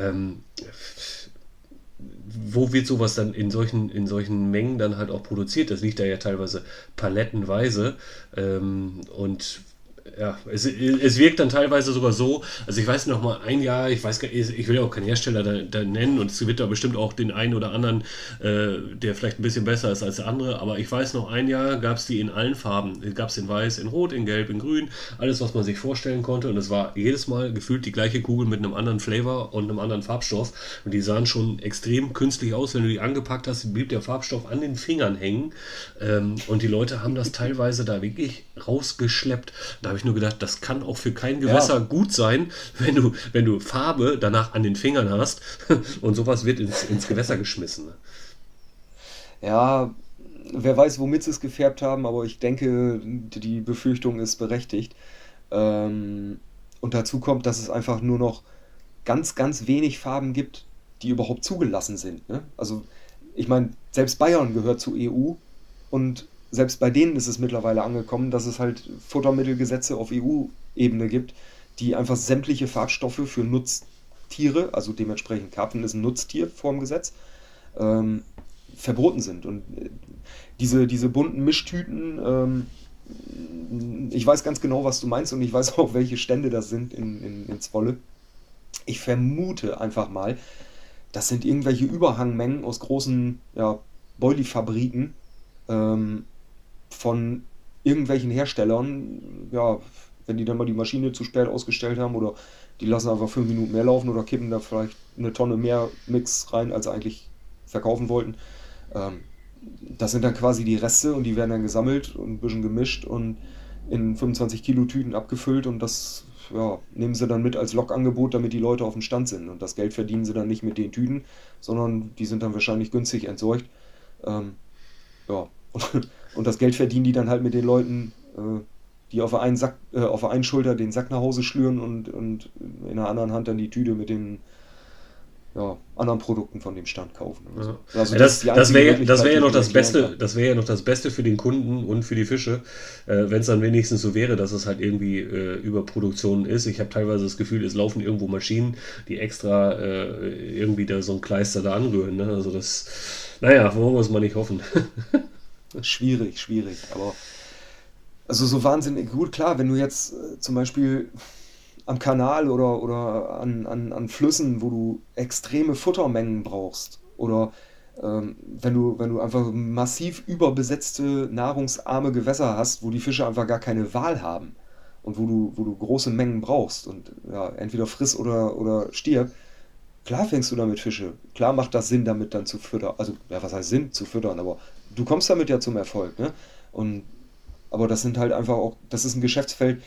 Wo wird sowas dann in solchen Mengen dann halt auch produziert? Das liegt da ja teilweise palettenweise und ja, es wirkt dann teilweise sogar so, also ich weiß noch mal ein Jahr, ich will ja auch keinen Hersteller da nennen und es wird da bestimmt auch den einen oder anderen, der vielleicht ein bisschen besser ist als der andere, aber ich weiß noch, ein Jahr gab es die in allen Farben, gab es in weiß, in rot, in gelb, in grün, alles was man sich vorstellen konnte und es war jedes Mal gefühlt die gleiche Kugel mit einem anderen Flavor und einem anderen Farbstoff und die sahen schon extrem künstlich aus, wenn du die angepackt hast, blieb der Farbstoff an den Fingern hängen und die Leute haben das teilweise da wirklich rausgeschleppt. Da habe ich nur gedacht, das kann auch für kein Gewässer gut sein, wenn du Farbe danach an den Fingern hast und sowas wird ins Gewässer geschmissen. Ja, wer weiß, womit sie es gefärbt haben, aber ich denke, die Befürchtung ist berechtigt. Und dazu kommt, dass es einfach nur noch ganz, ganz wenig Farben gibt, die überhaupt zugelassen sind, ne? Also, ich meine, selbst Bayern gehört zur EU und selbst bei denen ist es mittlerweile angekommen, dass es halt Futtermittelgesetze auf EU-Ebene gibt, die einfach sämtliche Farbstoffe für Nutztiere, also dementsprechend Karpfen ist ein Nutztier vor dem Gesetz, verboten sind. Und diese bunten Mischtüten, ich weiß ganz genau, was du meinst und ich weiß auch, welche Stände das sind in Zwolle. Ich vermute einfach mal, das sind irgendwelche Überhangmengen aus großen Boilie-Fabriken, von irgendwelchen Herstellern, ja, wenn die dann mal die Maschine zu spät ausgestellt haben oder die lassen einfach 5 Minuten mehr laufen oder kippen da vielleicht eine Tonne mehr Mix rein, als sie eigentlich verkaufen wollten. Das sind dann quasi die Reste und die werden dann gesammelt und ein bisschen gemischt und in 25 Kilo Tüten abgefüllt und das nehmen sie dann mit als Lokangebot, damit die Leute auf dem Stand sind. Und das Geld verdienen sie dann nicht mit den Tüten, sondern die sind dann wahrscheinlich günstig entsorgt. Und das Geld verdienen die dann halt mit den Leuten, die auf der einen Schulter den Sack nach Hause schlüren und in der anderen Hand dann die Tüte mit den anderen Produkten von dem Stand kaufen. Ja. Also das wäre ja noch das Beste, kann. das wäre ja noch das Beste für den Kunden und für die Fische, wenn es dann wenigstens so wäre, dass es halt irgendwie Überproduktion ist. Ich habe teilweise das Gefühl, es laufen irgendwo Maschinen, die extra irgendwie da so ein Kleister da anrühren. Ne? Also das, wollen wir es mal nicht hoffen. Schwierig, aber Also so wahnsinnig gut, klar, wenn du jetzt zum Beispiel am Kanal oder an Flüssen, wo du extreme Futtermengen brauchst, oder wenn du einfach massiv überbesetzte, nahrungsarme Gewässer hast, wo die Fische einfach gar keine Wahl haben und wo du große Mengen brauchst und ja, entweder friss oder stirb, klar fängst du damit Fische. Klar macht das Sinn, damit dann zu füttern. Also, ja, was heißt Sinn, zu füttern, aber du kommst damit ja zum Erfolg, ne? Und aber das sind halt einfach auch, das ist ein Geschäftsfeld,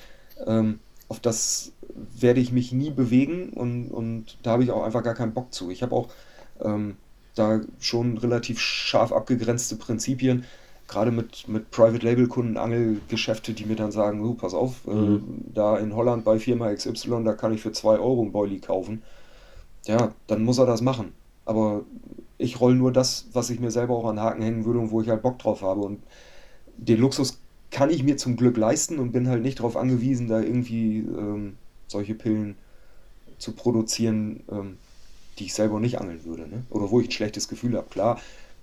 auf das werde ich mich nie bewegen und da habe ich auch einfach gar keinen Bock zu. Ich habe auch ähm, da schon relativ scharf abgegrenzte Prinzipien, gerade mit Private Label Kunden, Angelgeschäfte, die mir dann sagen, pass auf, Mhm. da in Holland bei Firma XY, da kann ich für 2 Euro einen Boilie kaufen. Ja, dann muss er das machen. Aber ich roll nur das, was ich mir selber auch an den Haken hängen würde und wo ich halt Bock drauf habe. Und den Luxus kann ich mir zum Glück leisten und bin halt nicht darauf angewiesen, da irgendwie solche Pillen zu produzieren, die ich selber nicht angeln würde, ne? Oder wo ich ein schlechtes Gefühl habe. Klar,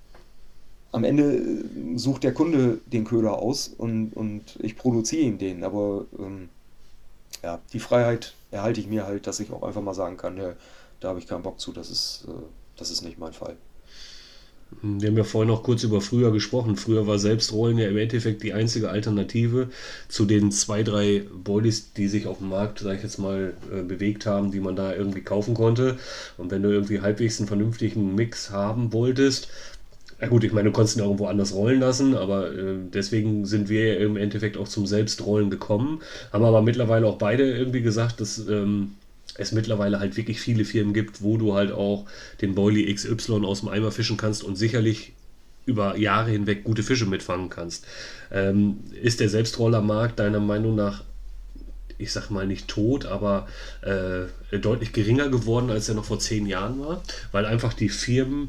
am Ende sucht der Kunde den Köder aus und ich produziere ihm den, aber ja, die Freiheit erhalte ich mir halt, dass ich auch einfach mal sagen kann, ja, da habe ich keinen Bock zu, das ist nicht mein Fall. Wir haben ja vorhin noch kurz über früher gesprochen. Früher war Selbstrollen ja im Endeffekt die einzige Alternative zu den zwei, drei Boilies, die sich auf dem Markt, sag ich jetzt mal, bewegt haben, die man da irgendwie kaufen konnte. Und wenn du irgendwie halbwegs einen vernünftigen Mix haben wolltest, ja gut, ich meine, du konntest ihn irgendwo anders rollen lassen, aber deswegen sind wir ja im Endeffekt auch zum Selbstrollen gekommen. Haben aber mittlerweile auch beide irgendwie gesagt, dass es mittlerweile halt wirklich viele Firmen gibt, wo du halt auch den Boilie XY aus dem Eimer fischen kannst und sicherlich über Jahre hinweg gute Fische mitfangen kannst. Ist der Selbstrollermarkt deiner Meinung nach, ich sag mal nicht tot, aber deutlich geringer geworden, als er noch vor 10 Jahren war? Weil einfach die Firmen,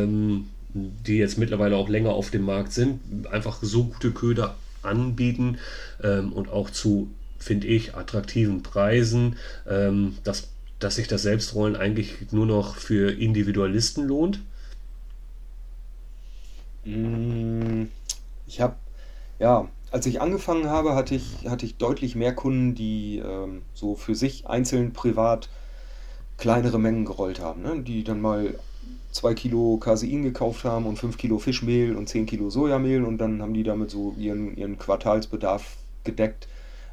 die jetzt mittlerweile auch länger auf dem Markt sind, einfach so gute Köder anbieten und auch zu, finde ich, attraktiven Preisen, dass sich das Selbstrollen eigentlich nur noch für Individualisten lohnt. Mm, Ich habe, ja, als ich angefangen habe, hatte ich deutlich mehr Kunden, die so für sich einzeln privat kleinere Mengen gerollt haben, ne? Die dann mal 2 Kilo Casein gekauft haben und 5 Kilo Fischmehl und 10 Kilo Sojamehl und dann haben die damit so ihren Quartalsbedarf gedeckt.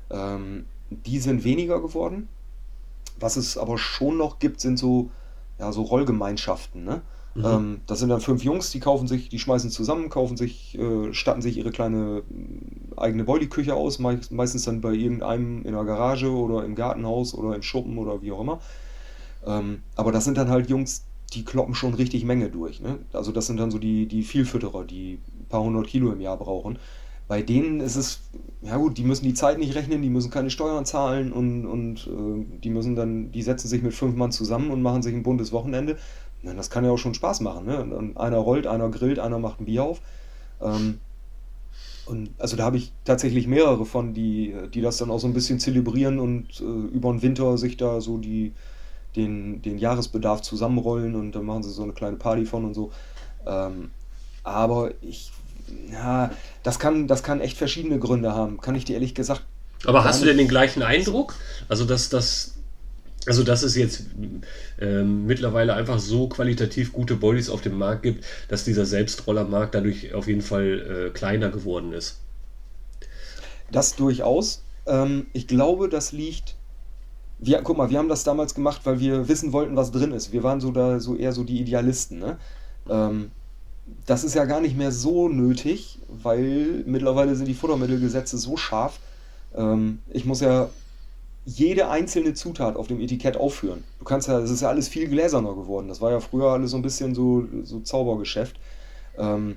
Die sind weniger geworden. Was es aber schon noch gibt, sind so, ja, so Rollgemeinschaften, ne? Mhm. Das sind dann 5 Jungs, die schmeißen zusammen, statten sich ihre kleine eigene Boilie-Küche aus, meistens dann bei irgendeinem in der Garage oder im Gartenhaus oder im Schuppen oder wie auch immer. Aber das sind dann halt Jungs, die kloppen schon richtig Menge durch, ne? Also das sind dann so die Vielfütterer, die ein paar hundert Kilo im Jahr brauchen. Bei denen ist es, ja gut, die müssen die Zeit nicht rechnen, die müssen keine Steuern zahlen und die setzen sich mit 5 Mann zusammen und machen sich ein buntes Wochenende. Na, das kann ja auch schon Spaß machen, ne? Und einer rollt, einer grillt, einer macht ein Bier auf. Ähm, und also da habe ich tatsächlich mehrere von, die das dann auch so ein bisschen zelebrieren und über den Winter sich da so den Jahresbedarf zusammenrollen und dann machen sie so eine kleine Party von und so. Ähm, aber ja, das kann echt verschiedene Gründe haben. Kann ich dir ehrlich gesagt Aber gar hast du denn den nicht. gleichen Eindruck? Also, dass es jetzt mittlerweile einfach so qualitativ gute Boilies auf dem Markt gibt, dass dieser Selbstrollermarkt dadurch auf jeden Fall kleiner geworden ist. Das durchaus. Ich glaube, das liegt. Guck mal, wir haben das damals gemacht, weil wir wissen wollten, was drin ist. Wir waren so da so eher so die Idealisten, ne? Ähm, Das ist ja gar nicht mehr so nötig, weil mittlerweile sind die Futtermittelgesetze so scharf. Ich muss ja jede einzelne Zutat auf dem Etikett aufführen. Es ist ja alles viel gläserner geworden. Das war ja früher alles so ein bisschen so Zaubergeschäft. Ähm,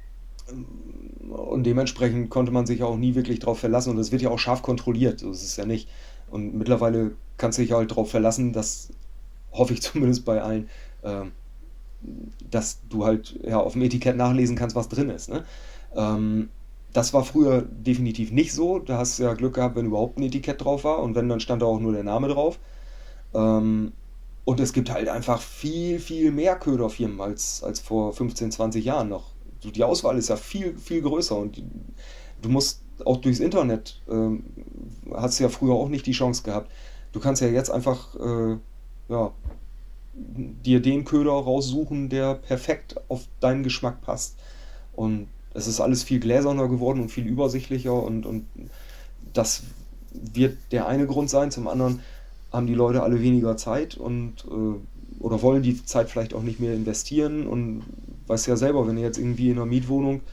und dementsprechend konnte man sich ja auch nie wirklich drauf verlassen. Und es wird ja auch scharf kontrolliert. So ist es ja nicht. Und mittlerweile kannst du dich halt darauf verlassen, dass, hoffe ich zumindest bei allen, ähm, dass du halt ja auf dem Etikett nachlesen kannst, was drin ist. Ne? Ähm, Das war früher definitiv nicht so. Da hast du ja Glück gehabt, wenn überhaupt ein Etikett drauf war und wenn, dann stand da auch nur der Name drauf. Ähm, und es gibt halt einfach viel, viel mehr Köderfirmen als vor 15, 20 Jahren noch. Die Auswahl ist ja viel, viel größer und du musst auch durchs Internet, hast du ja früher auch nicht die Chance gehabt. Du kannst ja jetzt einfach ja, dir den Köder raussuchen, der perfekt auf deinen Geschmack passt. Und es ist alles viel gläserner geworden und viel übersichtlicher und das wird der eine Grund sein. Zum anderen haben die Leute alle weniger Zeit und oder wollen die Zeit vielleicht auch nicht mehr investieren und weißt ja selber, wenn du jetzt irgendwie in einer Mietwohnung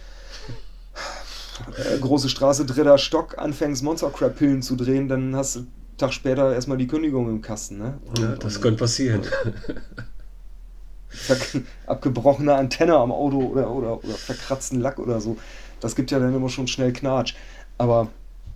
große Straße, 3. Stock, anfängst Monster Crab Pillen zu drehen, dann hast du einen Tag später erstmal die Kündigung im Kasten. Ne? Ja, das könnte passieren. Abgebrochene Antenne am Auto oder verkratzten Lack oder so. Das gibt ja dann immer schon schnell Knatsch. Aber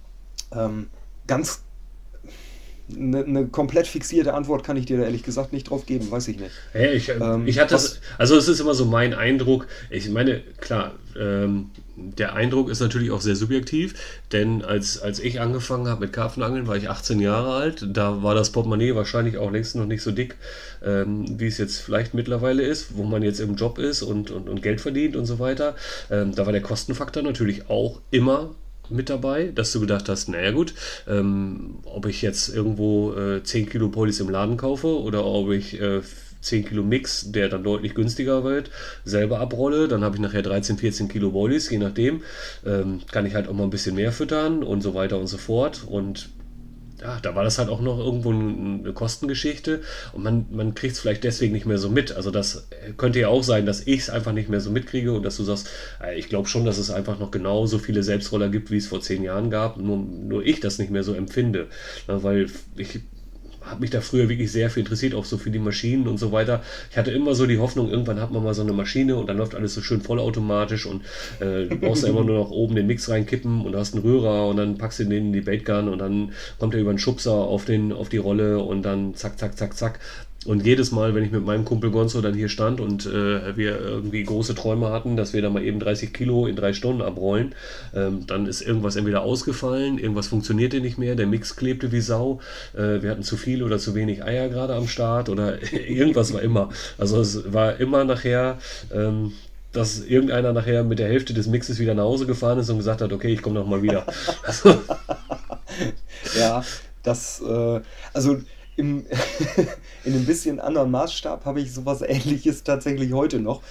ganz eine komplett fixierte Antwort kann ich dir da ehrlich gesagt nicht drauf geben, weiß ich nicht. Hey, ich hatte es, also es ist immer so mein Eindruck, ich meine, klar, der Eindruck ist natürlich auch sehr subjektiv, denn als ich angefangen habe mit Karpfenangeln, war ich 18 Jahre alt, da war das Portemonnaie wahrscheinlich auch längst noch nicht so dick, wie es jetzt vielleicht mittlerweile ist, wo man jetzt im Job ist und Geld verdient und so weiter. Da war der Kostenfaktor natürlich auch immer mit dabei, dass du gedacht hast, naja gut, ob ich jetzt irgendwo 10 Kilo Polis im Laden kaufe oder ob ich 10 Kilo Mix, der dann deutlich günstiger wird, selber abrolle, dann habe ich nachher 13, 14 Kilo Polis, je nachdem, kann ich halt auch mal ein bisschen mehr füttern und so weiter und so fort und ja, da war das halt auch noch irgendwo eine Kostengeschichte und man kriegt es vielleicht deswegen nicht mehr so mit. Also das könnte ja auch sein, dass ich es einfach nicht mehr so mitkriege und dass du sagst, ich glaube schon, dass es einfach noch genauso viele Selbstroller gibt, wie es vor 10 Jahren gab, nur ich das nicht mehr so empfinde. Ja, weil ich habe mich da früher wirklich sehr viel interessiert, auch so für die Maschinen und so weiter. Ich hatte immer so die Hoffnung, irgendwann hat man mal so eine Maschine und dann läuft alles so schön vollautomatisch und du brauchst da immer nur noch oben den Mix reinkippen und hast einen Rührer und dann packst du den in die Baitgun und dann kommt er über einen Schubser auf die Rolle und dann zack, zack, zack, zack. Und jedes Mal, wenn ich mit meinem Kumpel Gonzo dann hier stand und wir irgendwie große Träume hatten, dass wir da mal eben 30 Kilo in 3 Stunden abrollen, dann ist irgendwas entweder ausgefallen, irgendwas funktionierte nicht mehr, der Mix klebte wie Sau, wir hatten zu viel oder zu wenig Eier gerade am Start oder irgendwas war immer. Also es war immer nachher, dass irgendeiner nachher mit der Hälfte des Mixes wieder nach Hause gefahren ist und gesagt hat, okay, ich komme noch mal wieder. Ja, das, also in einem bisschen anderen Maßstab habe ich sowas Ähnliches tatsächlich heute noch.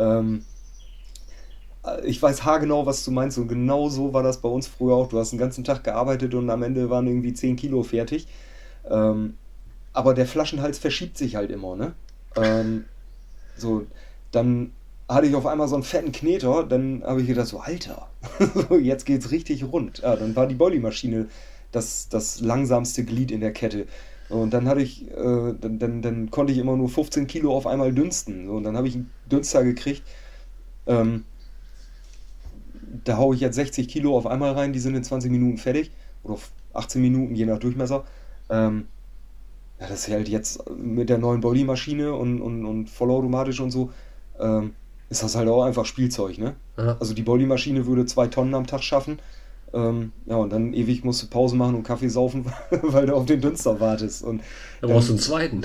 Ich weiß haargenau, was du meinst und genau so war das bei uns früher auch. Du hast den ganzen Tag gearbeitet und am Ende waren irgendwie 10 Kilo fertig. Aber der Flaschenhals verschiebt sich halt immer, ne? So, dann hatte ich auf einmal so einen fetten Kneter, dann habe ich gedacht so, Alter, jetzt geht's richtig rund. Ja, dann war die Bolli-Maschine das langsamste Glied in der Kette. Und dann hatte ich, dann konnte ich immer nur 15 Kilo auf einmal dünsten. So, und dann habe ich einen Dünster gekriegt. Da haue ich jetzt 60 Kilo auf einmal rein, die sind in 20 Minuten fertig. Oder 18 Minuten, je nach Durchmesser. Ja, das ist halt jetzt mit der neuen Bolli-Maschine und vollautomatisch und so, ist das halt auch einfach Spielzeug, ne? Ja. Also die Bolli-Maschine würde 2 Tonnen am Tag schaffen. Ja, und dann ewig musst du Pause machen und Kaffee saufen, weil du auf den Dünster wartest. Und Da brauchst du einen zweiten.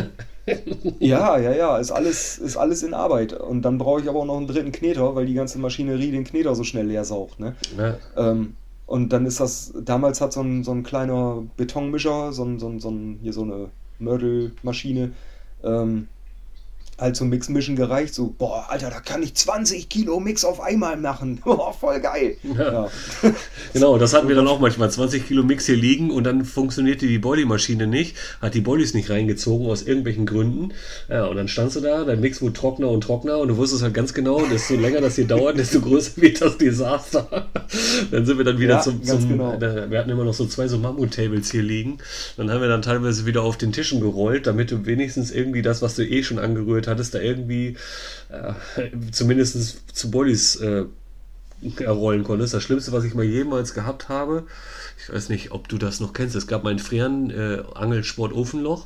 ja, ist alles in Arbeit. Und dann brauche ich aber auch noch einen dritten Kneter, weil die ganze Maschinerie den Kneter so schnell leer saugt, ne? Ja. Und dann ist das, damals hat so ein kleiner Betonmischer, hier so eine Mörtelmaschine, halt zum Mix-Mischen gereicht, so, boah, Alter, da kann ich 20 Kilo Mix auf einmal machen. Boah, voll geil. Ja. Genau, das hatten wir dann auch manchmal. 20 Kilo Mix hier liegen und dann funktionierte die Bolli-Maschine nicht, hat die Bollis nicht reingezogen aus irgendwelchen Gründen. Ja, und dann standst du da, dein Mix wurde trockener und trockener und du wusstest halt ganz genau, desto länger das hier dauert, desto größer wird das Desaster. Dann sind wir dann wieder genau. Wir hatten immer noch so 2 so Mammut-Tables hier liegen. Dann haben wir dann teilweise wieder auf den Tischen gerollt, damit du wenigstens irgendwie das, was du eh schon angerührt hattest, da irgendwie zumindest zu Bollis errollen konntest. Das Schlimmste, was ich mal jemals gehabt habe, ich weiß nicht, ob du das noch kennst, es gab mal in Frieren Angelsport Ofenloch.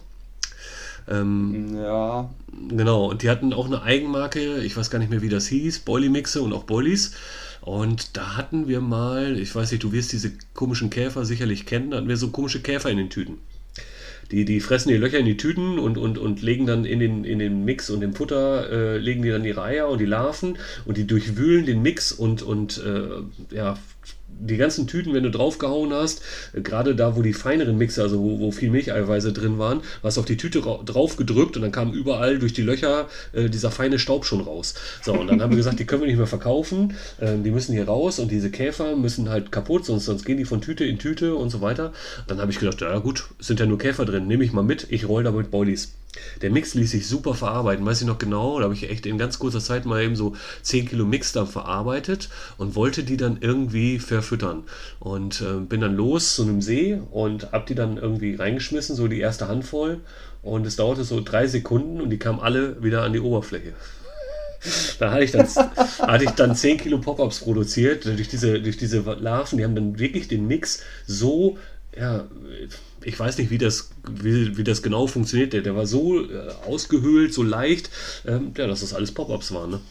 Ja. Genau, und die hatten auch eine Eigenmarke, ich weiß gar nicht mehr, wie das hieß, Bolli-Mixe und auch Bollis. Und da hatten wir mal, ich weiß nicht, du wirst diese komischen Käfer sicherlich kennen, da hatten wir so komische Käfer in den Tüten. Die fressen die Löcher in die Tüten und legen dann in den Mix und im Futter, legen die dann ihre Eier und die Larven und die durchwühlen den Mix und die ganzen Tüten, wenn du draufgehauen hast, gerade da, wo die feineren Mixer, also wo viel Milcheiweiße drin waren, hast du auf die Tüte drauf gedrückt und dann kam überall durch die Löcher dieser feine Staub schon raus. So, und dann haben wir gesagt, die können wir nicht mehr verkaufen, die müssen hier raus und diese Käfer müssen halt kaputt, sonst gehen die von Tüte in Tüte und so weiter. Dann habe ich gedacht, ja gut, sind ja nur Käfer drin, nehme ich mal mit, ich roll damit Boilies. Der Mix ließ sich super verarbeiten, weiß ich noch genau, da habe ich echt in ganz kurzer Zeit mal eben so 10 Kilo Mix dann verarbeitet und wollte die dann irgendwie verfüttern. Und bin dann los zu einem See und habe die dann irgendwie reingeschmissen, so die erste Handvoll. Und es dauerte so 3 Sekunden und die kamen alle wieder an die Oberfläche. Da hatte ich dann 10 Kilo Pop-Ups produziert, durch diese Larven, die haben dann wirklich den Mix so, ja, ich weiß nicht, wie das genau funktioniert, der war so ausgehöhlt, so leicht, dass das alles Pop-Ups waren, ne?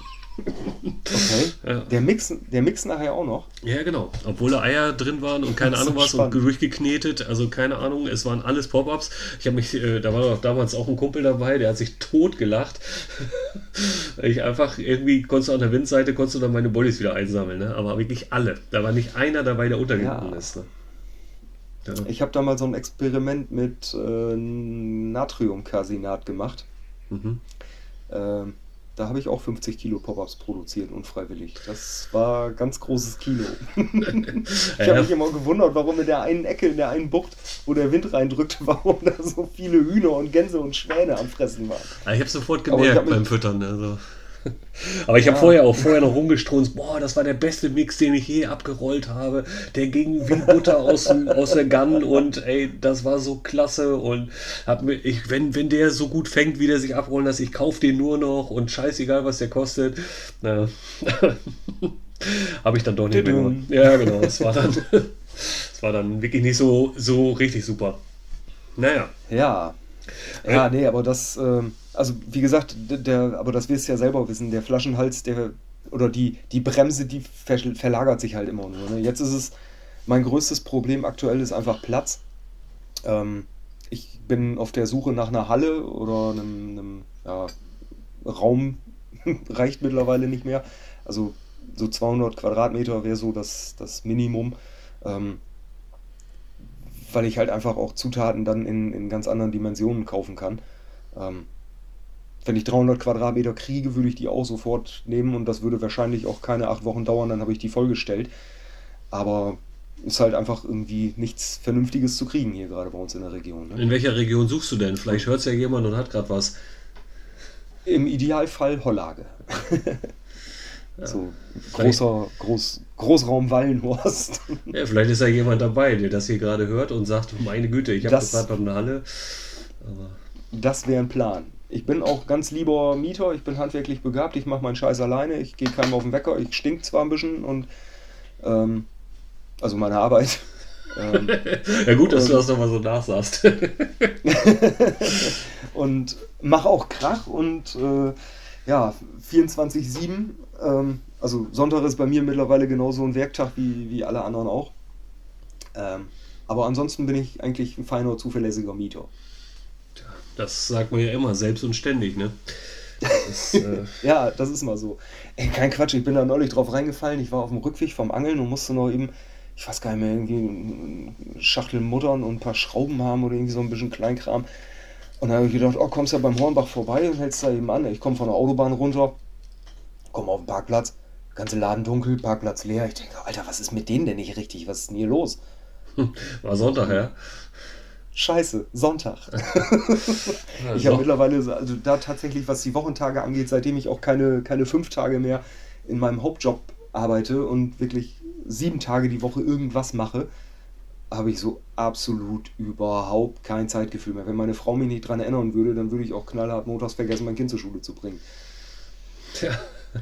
Okay. Ja. Der Mix nachher auch noch? Ja, genau. Obwohl da Eier drin waren und keine Ahnung was spannend. Und durchgeknetet, also keine Ahnung, es waren alles Pop-Ups. Ich habe mich, da war doch damals auch ein Kumpel dabei, der hat sich tot gelacht. Ich einfach irgendwie, konntest du an der Windseite, konntest du dann meine Bollies wieder einsammeln, ne? Aber wirklich alle. Da war nicht einer dabei, der untergegangen ist, ne? Ja. Ich habe da mal so ein Experiment mit Natriumcarcinat gemacht. Mhm. Da habe ich auch 50 Kilo Pop-Ups produziert, unfreiwillig. Das war ganz großes Kilo. Ich habe mich immer gewundert, warum in der einen Ecke, in der einen Bucht, wo der Wind reindrückte, warum da so viele Hühner und Gänse und Schwäne am Fressen waren. Ich habe sofort gemerkt beim Füttern. Also. Aber ich habe vorher noch rumgestrunzt, boah, das war der beste Mix, den ich je abgerollt habe. Der ging wie Butter aus der Gun und ey, das war so klasse und wenn der so gut fängt, wie der sich abrollen lässt, ich kaufe den nur noch und scheißegal, was der kostet. Naja. Habe ich dann doch nicht mehr gemacht. Ja, genau, es war dann wirklich nicht so richtig super. Naja. Ja, nee, aber das... Also wie gesagt, aber das wirst du ja selber wissen, der Flaschenhals, oder die Bremse, die verlagert sich halt immer nur. Ne? Jetzt ist es, mein größtes Problem aktuell ist einfach Platz. Ich bin auf der Suche nach einer Halle oder einem Raum, reicht mittlerweile nicht mehr. Also so 200 Quadratmeter wäre so das Minimum, weil ich halt einfach auch Zutaten dann in ganz anderen Dimensionen kaufen kann. Wenn ich 300 Quadratmeter kriege, würde ich die auch sofort nehmen und das würde wahrscheinlich auch keine 8 Wochen dauern, dann habe ich die vollgestellt. Aber ist halt einfach irgendwie nichts Vernünftiges zu kriegen hier gerade bei uns in der Region. Ne? In welcher Region suchst du denn? Vielleicht hört es ja jemand und hat gerade was. Im Idealfall Hollage. Ja. So Großraum Wallenhorst. Ja, vielleicht ist ja jemand dabei, der das hier gerade hört und sagt, meine Güte, ich habe gerade noch eine Halle. Aber das wäre ein Plan. Ich bin auch ganz lieber Mieter, ich bin handwerklich begabt, ich mache meinen Scheiß alleine, ich gehe keinem auf den Wecker, ich stink zwar ein bisschen und also meine Arbeit. Ja gut, dass du das nochmal so nachsagst. Und mache auch Krach und 24/7, also Sonntag ist bei mir mittlerweile genauso ein Werktag wie alle anderen auch. Aber ansonsten bin ich eigentlich ein feiner, zuverlässiger Mieter. Das sagt man ja immer, selbst und ständig, ne? Ja, das ist mal so. Ey, kein Quatsch, ich bin da neulich drauf reingefallen, ich war auf dem Rückweg vom Angeln und musste noch eben, ich weiß gar nicht mehr, irgendwie eine Schachtel Muttern und ein paar Schrauben haben oder irgendwie so ein bisschen Kleinkram. Und dann habe ich gedacht, kommst ja beim Hornbach vorbei und hältst da eben an. Ich komme von der Autobahn runter, komme auf den Parkplatz, ganze Laden dunkel, Parkplatz leer. Ich denke, Alter, was ist mit denen denn nicht richtig? Was ist denn hier los? War Sonntag, ja? Scheiße, Sonntag. Ich habe mittlerweile, also da tatsächlich, was die Wochentage angeht, seitdem ich auch keine 5 Tage mehr in meinem Hauptjob arbeite und wirklich 7 Tage die Woche irgendwas mache, habe ich so absolut überhaupt kein Zeitgefühl mehr. Wenn meine Frau mich nicht dran erinnern würde, dann würde ich auch knallhart montags vergessen, mein Kind zur Schule zu bringen. Tja.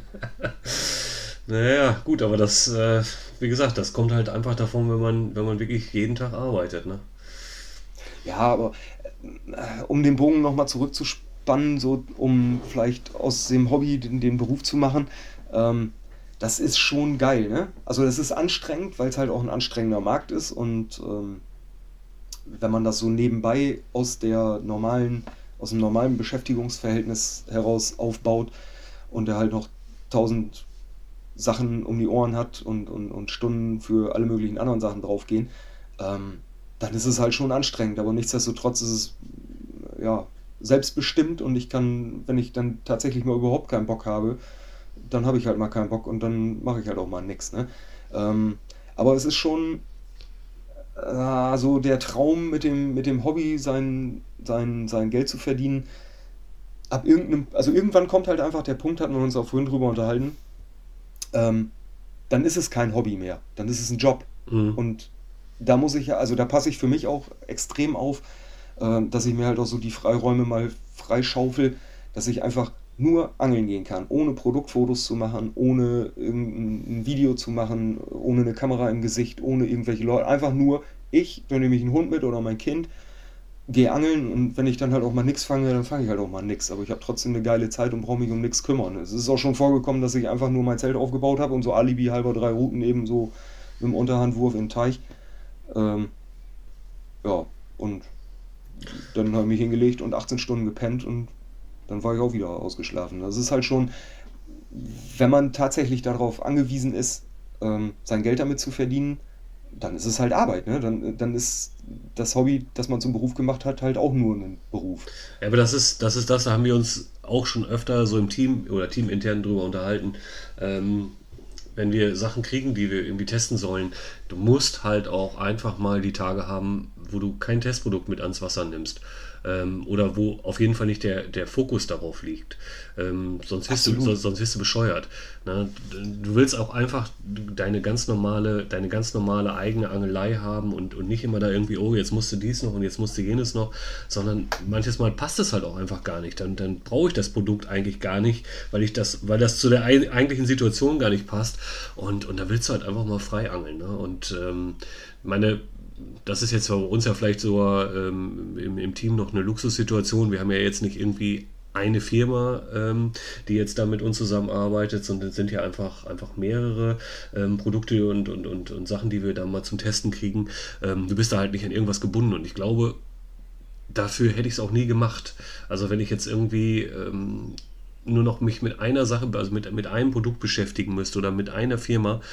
Naja, gut, aber das, wie gesagt, das kommt halt einfach davon, wenn man wirklich jeden Tag arbeitet, ne? Ja, aber um den Bogen nochmal zurückzuspannen, so um vielleicht aus dem Hobby den Beruf zu machen, das ist schon geil, ne? Also das ist anstrengend, weil es halt auch ein anstrengender Markt ist und wenn man das so nebenbei aus dem normalen Beschäftigungsverhältnis heraus aufbaut und er halt noch 1000 Sachen um die Ohren hat und Stunden für alle möglichen anderen Sachen draufgehen, dann ist es halt schon anstrengend. Aber nichtsdestotrotz ist es ja selbstbestimmt und ich kann, wenn ich dann tatsächlich mal überhaupt keinen Bock habe, dann habe ich halt mal keinen Bock und dann mache ich halt auch mal nichts. Ne? Aber es ist schon so der Traum mit dem Hobby, sein Geld zu verdienen. Also irgendwann kommt halt einfach der Punkt, hatten wir uns auch vorhin drüber unterhalten, dann ist es kein Hobby mehr, dann ist es ein Job. Mhm. Und da da passe ich für mich auch extrem auf, dass ich mir halt auch so die Freiräume mal freischaufel, dass ich einfach nur angeln gehen kann, ohne Produktfotos zu machen, ohne irgendein Video zu machen, ohne eine Kamera im Gesicht, ohne irgendwelche Leute. Einfach nur ich, dann nehme ich einen Hund mit oder mein Kind, gehe angeln und wenn ich dann halt auch mal nichts fange, dann fange ich halt auch mal nichts. Aber ich habe trotzdem eine geile Zeit und brauche mich um nichts kümmern. Es ist auch schon vorgekommen, dass ich einfach nur mein Zelt aufgebaut habe und so Alibi halber 3 Routen eben so mit dem Unterhandwurf in den Teich. Ja, und dann habe ich mich hingelegt und 18 Stunden gepennt und dann war ich auch wieder ausgeschlafen. Das ist halt schon, wenn man tatsächlich darauf angewiesen ist, sein Geld damit zu verdienen, dann ist es halt Arbeit. Ne? Dann ist das Hobby, das man zum Beruf gemacht hat, halt auch nur ein Beruf. Ja, aber das ist das, da haben wir uns auch schon öfter so im Team oder teamintern drüber unterhalten. Wenn wir Sachen kriegen, die wir irgendwie testen sollen, du musst halt auch einfach mal die Tage haben, wo du kein Testprodukt mit ans Wasser nimmst. Oder wo auf jeden Fall nicht der Fokus darauf liegt. Sonst wirst du bescheuert. Ne? Du willst auch einfach deine ganz normale eigene Angelei haben und nicht immer da irgendwie, oh, jetzt musst du dies noch und jetzt musst du jenes noch, sondern manches Mal passt es halt auch einfach gar nicht. Dann brauche ich das Produkt eigentlich gar nicht, weil das zu der eigentlichen Situation gar nicht passt. Und da willst du halt einfach mal frei angeln. Ne? Und das ist jetzt bei uns ja vielleicht so im Team noch eine Luxussituation. Wir haben ja jetzt nicht irgendwie eine Firma, die jetzt da mit uns zusammenarbeitet, sondern es sind ja einfach mehrere Produkte und Sachen, die wir da mal zum Testen kriegen. Du bist da halt nicht an irgendwas gebunden und ich glaube, dafür hätte ich es auch nie gemacht. Also wenn ich jetzt irgendwie nur noch mich mit einer Sache, also mit einem Produkt beschäftigen müsste oder mit einer Firma,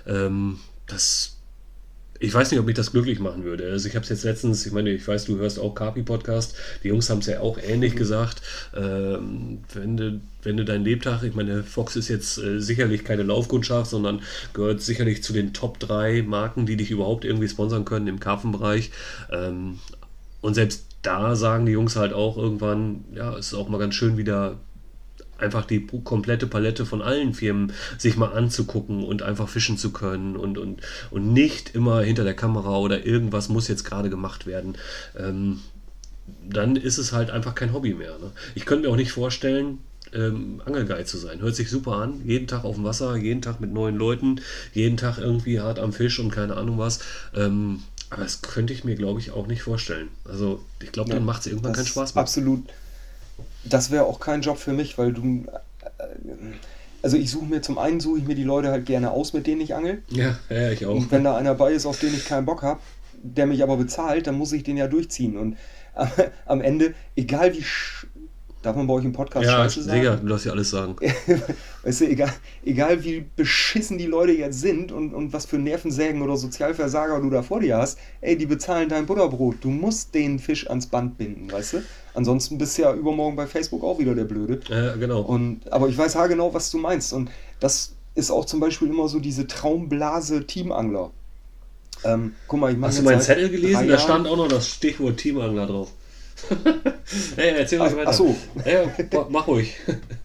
ich weiß nicht, ob mich das glücklich machen würde. Also ich habe es jetzt letztens, ich meine, ich weiß, du hörst auch Kapi-Podcast, die Jungs haben es ja auch ähnlich gesagt, wenn du deinen Lebtag, ich meine, Fox ist jetzt sicherlich keine Laufkundschaft, sondern gehört sicherlich zu den Top 3 Marken, die dich überhaupt irgendwie sponsern können im Karpfenbereich. Und selbst da sagen die Jungs halt auch irgendwann, ja, es ist auch mal ganz schön wieder einfach die komplette Palette von allen Firmen sich mal anzugucken und einfach fischen zu können und nicht immer hinter der Kamera oder irgendwas muss jetzt gerade gemacht werden. Dann ist es halt einfach kein Hobby mehr. Ne? Ich könnte mir auch nicht vorstellen, Angelguide zu sein. Hört sich super an. Jeden Tag auf dem Wasser, jeden Tag mit neuen Leuten, jeden Tag irgendwie hart am Fisch und keine Ahnung was. Aber das könnte ich mir, glaube ich, auch nicht vorstellen. Also ich glaube, dann macht es irgendwann keinen Spaß mehr. Absolut. Das wäre auch kein Job für mich, weil also suche mir die Leute halt gerne aus, mit denen ich angel. Ja, ich auch. Und wenn da einer bei ist, auf den ich keinen Bock habe, der mich aber bezahlt, dann muss ich den ja durchziehen. Und am Ende, egal wie darf man bei euch im Podcast Scheiße sagen? Ja, du darfst ja alles sagen. Weißt du, egal wie beschissen die Leute jetzt sind und was für Nervensägen oder Sozialversager du da vor dir hast, die bezahlen dein Butterbrot. Du musst den Fisch ans Band binden, weißt du? Ansonsten bist du ja übermorgen bei Facebook auch wieder der Blöde. Ja, genau. Aber ich weiß haargenau, was du meinst. Und das ist auch zum Beispiel immer so diese Traumblase Teamangler. Guck mal, ich mache Hast du meinen Zettel gelesen? Da stand auch noch das Stichwort Teamangler drauf. Hey, erzähl mal weiter. Achso. Ja, mach ruhig.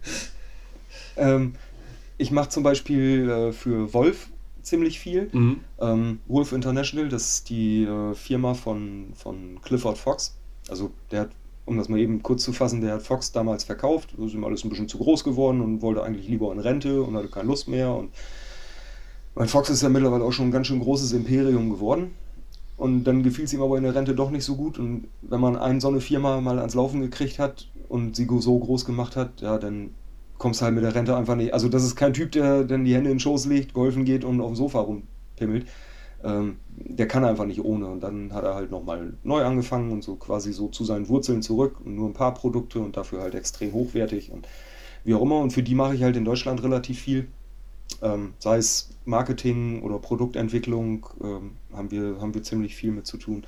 Ich mache zum Beispiel für Wolf ziemlich viel. Mhm. Wolf International, das ist die Firma von Clifford Fox. Also der hat, um das mal eben kurz zu fassen, der hat Fox damals verkauft. Das ist ihm alles ein bisschen zu groß geworden und wollte eigentlich lieber in Rente und hatte keine Lust mehr. Und mein Fox ist ja mittlerweile auch schon ein ganz schön großes Imperium geworden. Und dann gefiel es ihm aber in der Rente doch nicht so gut. Und wenn man so eine Firma mal ans Laufen gekriegt hat und sie so groß gemacht hat, ja, dann kommst du halt mit der Rente einfach nicht. Also das ist kein Typ, der dann die Hände in den Schoß legt, golfen geht und auf dem Sofa rumpimmelt. Der kann einfach nicht ohne. Und dann hat er halt nochmal neu angefangen und so quasi so zu seinen Wurzeln zurück und nur ein paar Produkte und dafür halt extrem hochwertig und wie auch immer. Und für die mache ich halt in Deutschland relativ viel. Sei es Marketing oder Produktentwicklung, haben wir ziemlich viel mit zu tun.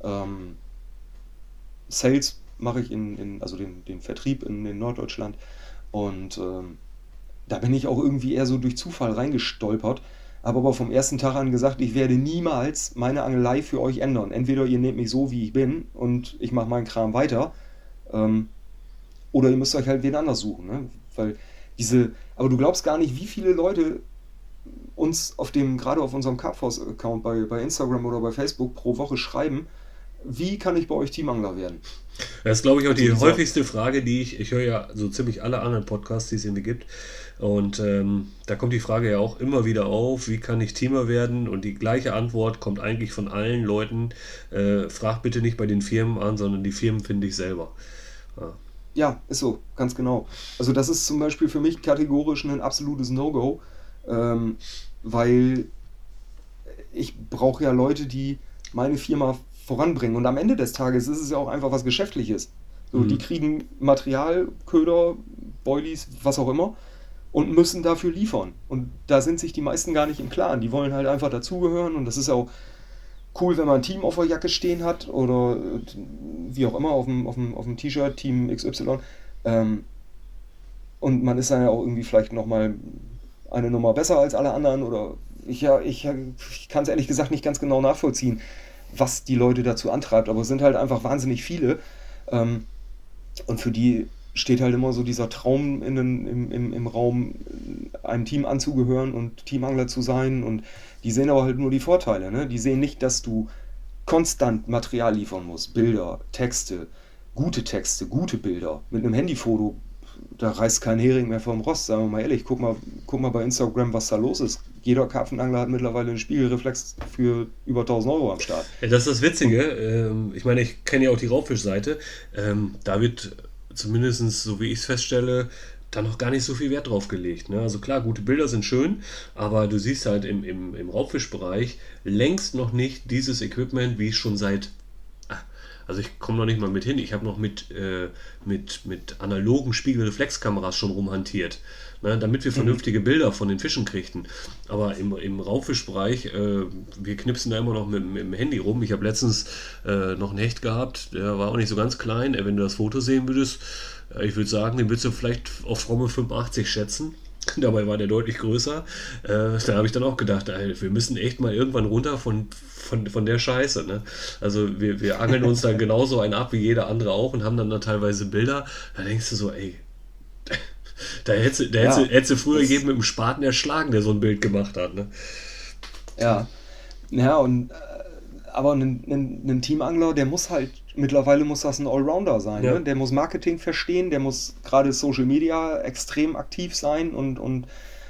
Sales mache ich also den Vertrieb in Norddeutschland. Und da bin ich auch irgendwie eher so durch Zufall reingestolpert. Habe aber vom ersten Tag an gesagt, ich werde niemals meine Angelei für euch ändern. Entweder ihr nehmt mich so, wie ich bin und ich mache meinen Kram weiter. Oder ihr müsst euch halt wen anders suchen. Ne? Weil aber du glaubst gar nicht, wie viele Leute uns gerade auf unserem Carpforce-Account bei Instagram oder bei Facebook pro Woche schreiben, wie kann ich bei euch Teamangler werden? Das ist, glaube ich, auch die häufigste Frage, die ich höre ja so ziemlich alle anderen Podcasts, die es irgendwie gibt. Und da kommt die Frage ja auch immer wieder auf, wie kann ich Teamer werden? Und die gleiche Antwort kommt eigentlich von allen Leuten. Frag bitte nicht bei den Firmen an, sondern die Firmen finde ich selber. Ja, ist so, ganz genau. Also das ist zum Beispiel für mich kategorisch ein absolutes No-Go, weil ich brauche ja Leute, die meine Firma voranbringen. Und am Ende des Tages ist es ja auch einfach was Geschäftliches. So, die kriegen Material, Köder, Boilies, was auch immer und müssen dafür liefern. Und da sind sich die meisten gar nicht im Klaren. Die wollen halt einfach dazugehören und das ist auch cool, wenn man ein Team auf der Jacke stehen hat oder wie auch immer auf dem T-Shirt, Team XY. Und man ist dann ja auch irgendwie vielleicht nochmal eine Nummer besser als alle anderen oder ich kann es ehrlich gesagt nicht ganz genau nachvollziehen, was die Leute dazu antreibt, aber es sind halt einfach wahnsinnig viele und für die steht halt immer so dieser Traum im Raum, einem Team anzugehören und Teamangler zu sein und die sehen aber halt nur die Vorteile, ne? Die sehen nicht, dass du konstant Material liefern musst, Bilder, Texte, gute Bilder. Mit einem Handyfoto, da reißt kein Hering mehr vom Rost, sagen wir mal ehrlich, guck mal bei Instagram, was da los ist. Jeder Karpfenangler hat mittlerweile einen Spiegelreflex für über 1.000 Euro am Start. Ja, das ist das Witzige. Ich meine, ich kenne ja auch die Raubfischseite. Da wird zumindest, so wie ich es feststelle, da noch gar nicht so viel Wert drauf gelegt. Ne? Also klar, gute Bilder sind schön, aber du siehst halt im Raubfischbereich längst noch nicht dieses Equipment, wie es schon also ich komme noch nicht mal mit hin. Ich habe noch mit analogen Spiegelreflexkameras schon rumhantiert, ne, damit wir vernünftige Bilder von den Fischen kriegten. Aber im Raubfischbereich, wir knipsen da immer noch mit dem Handy rum. Ich habe letztens noch einen Hecht gehabt, der war auch nicht so ganz klein. Wenn du das Foto sehen würdest, ich würde sagen, den würdest du vielleicht auf fromme 85 schätzen. Dabei war der deutlich größer. Da habe ich dann auch gedacht, wir müssen echt mal irgendwann runter von der Scheiße. Ne? Also wir angeln uns dann genauso einen ab wie jeder andere auch und haben dann da teilweise Bilder. Da denkst du so, ey, da hättest du früher jeden mit dem Spaten erschlagen, der so ein Bild gemacht hat. Ne? Ja, und aber ein Teamangler, der muss halt, mittlerweile muss das ein Allrounder sein. Ja. Ne? Der muss Marketing verstehen, der muss gerade Social Media extrem aktiv sein und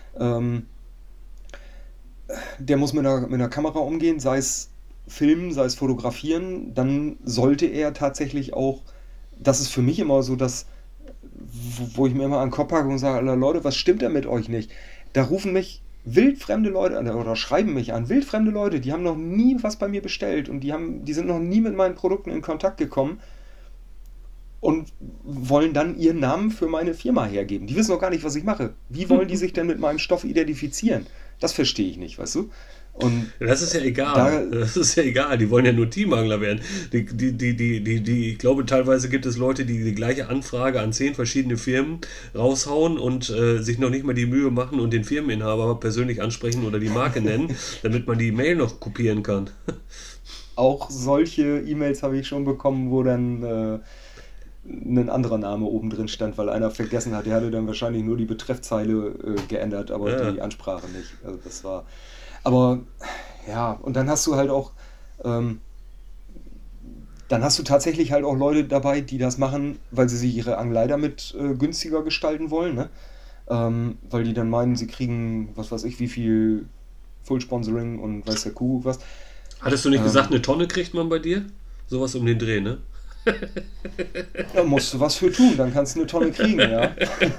der muss mit einer Kamera umgehen, sei es filmen, sei es fotografieren. Dann sollte er tatsächlich auch, das ist für mich immer so, dass, wo ich mir immer an den Kopf packe und sage, Leute, was stimmt denn mit euch nicht? Da rufen mich wildfremde Leute oder schreiben mich an, wildfremde Leute, die haben noch nie was bei mir bestellt und die sind noch nie mit meinen Produkten in Kontakt gekommen und wollen dann ihren Namen für meine Firma hergeben. Die wissen noch gar nicht, was ich mache. Wie wollen die sich denn mit meinem Stoff identifizieren? Das verstehe ich nicht, weißt du? Und das ist ja egal. Das ist ja egal. Die wollen ja nur Teamangler werden. Ich glaube, teilweise gibt es Leute, die die gleiche Anfrage an 10 verschiedene Firmen raushauen und sich noch nicht mal die Mühe machen und den Firmeninhaber persönlich ansprechen oder die Marke nennen, damit man die Mail noch kopieren kann. Auch solche E-Mails habe ich schon bekommen, wo dann ein anderer Name oben drin stand, weil einer vergessen hat. Der hatte dann wahrscheinlich nur die Betreffzeile geändert, aber die Ansprache nicht. Also das war... Aber ja, und dann hast du halt auch, dann hast du tatsächlich halt auch Leute dabei, die das machen, weil sie sich ihre Angelei damit günstiger gestalten wollen, ne? Weil die dann meinen, sie kriegen, was weiß ich, wie viel Full-Sponsoring und weiß der Kuh was. Hattest du nicht gesagt, eine Tonne kriegt man bei dir? Sowas um den Dreh, ne? Da musst du was für tun, dann kannst du eine Tonne kriegen, ja.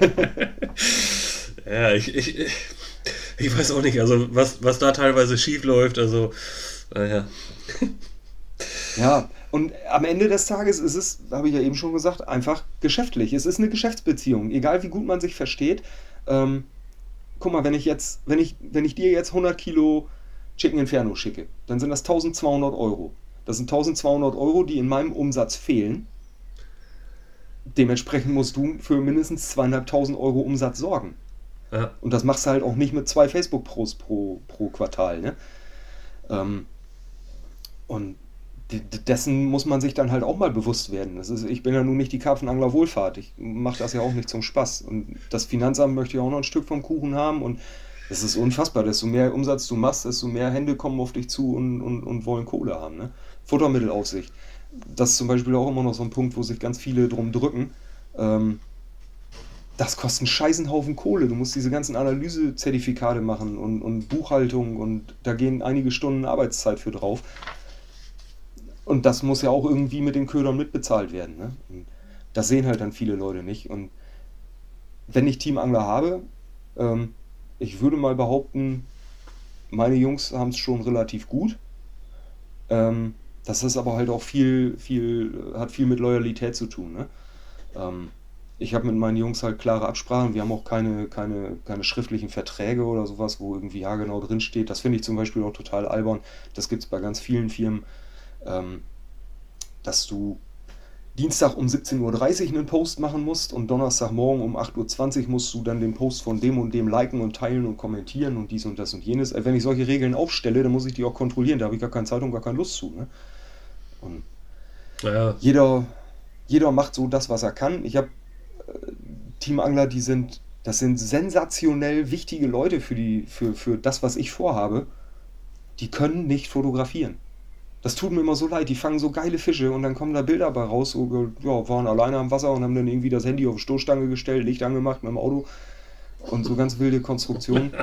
Ja, ich weiß auch nicht, also was da teilweise schief läuft, also, naja. Ja, und am Ende des Tages ist es, habe ich ja eben schon gesagt, einfach geschäftlich. Es ist eine Geschäftsbeziehung. Egal wie gut man sich versteht, guck mal, wenn ich dir jetzt 100 Kilo Chicken Inferno schicke, dann sind das 1200 Euro. Das sind 1200 Euro, die in meinem Umsatz fehlen. Dementsprechend musst du für mindestens 2500 Euro Umsatz sorgen. Ja. Und das machst du halt auch nicht mit 2 Facebook-Posts pro Quartal. Ne? Und dessen muss man sich dann halt auch mal bewusst werden. Ich bin ja nun nicht die Karpfenangler Wohlfahrt. Ich mache das ja auch nicht zum Spaß. Und das Finanzamt möchte ja auch noch ein Stück vom Kuchen haben. Und es ist unfassbar. Desto mehr Umsatz du machst, desto mehr Hände kommen auf dich zu und wollen Kohle haben. Ne? Futtermittelaufsicht. Das ist zum Beispiel auch immer noch so ein Punkt, wo sich ganz viele drum drücken. Das kostet einen Scheißenhaufen Kohle. Du musst diese ganzen Analysezertifikate machen und Buchhaltung und da gehen einige Stunden Arbeitszeit für drauf. Und das muss ja auch irgendwie mit den Ködern mitbezahlt werden. Ne? Und das sehen halt dann viele Leute nicht. Und wenn ich Teamangler habe, ich würde mal behaupten, meine Jungs haben es schon relativ gut. Das ist aber halt auch hat viel mit Loyalität zu tun. Ne? Ich habe mit meinen Jungs halt klare Absprachen. Wir haben auch keine schriftlichen Verträge oder sowas, wo irgendwie genau drin steht. Das finde ich zum Beispiel auch total albern. Das gibt es bei ganz vielen Firmen, dass du Dienstag um 17:30 Uhr einen Post machen musst und Donnerstagmorgen um 8:20 Uhr musst du dann den Post von dem und dem liken und teilen und kommentieren und dies und das und jenes. Wenn ich solche Regeln aufstelle, dann muss ich die auch kontrollieren. Da habe ich gar keine Zeit und gar keine Lust zu. Ne? Und ja. Jeder macht so das, was er kann. Ich habe Teamangler, das sind sensationell wichtige Leute für das, was ich vorhabe. Die können nicht fotografieren. Das tut mir immer so leid, die fangen so geile Fische und dann kommen da Bilder bei raus, waren alleine am Wasser und haben dann irgendwie das Handy auf die Stoßstange gestellt, Licht angemacht mit dem Auto und so ganz wilde Konstruktionen.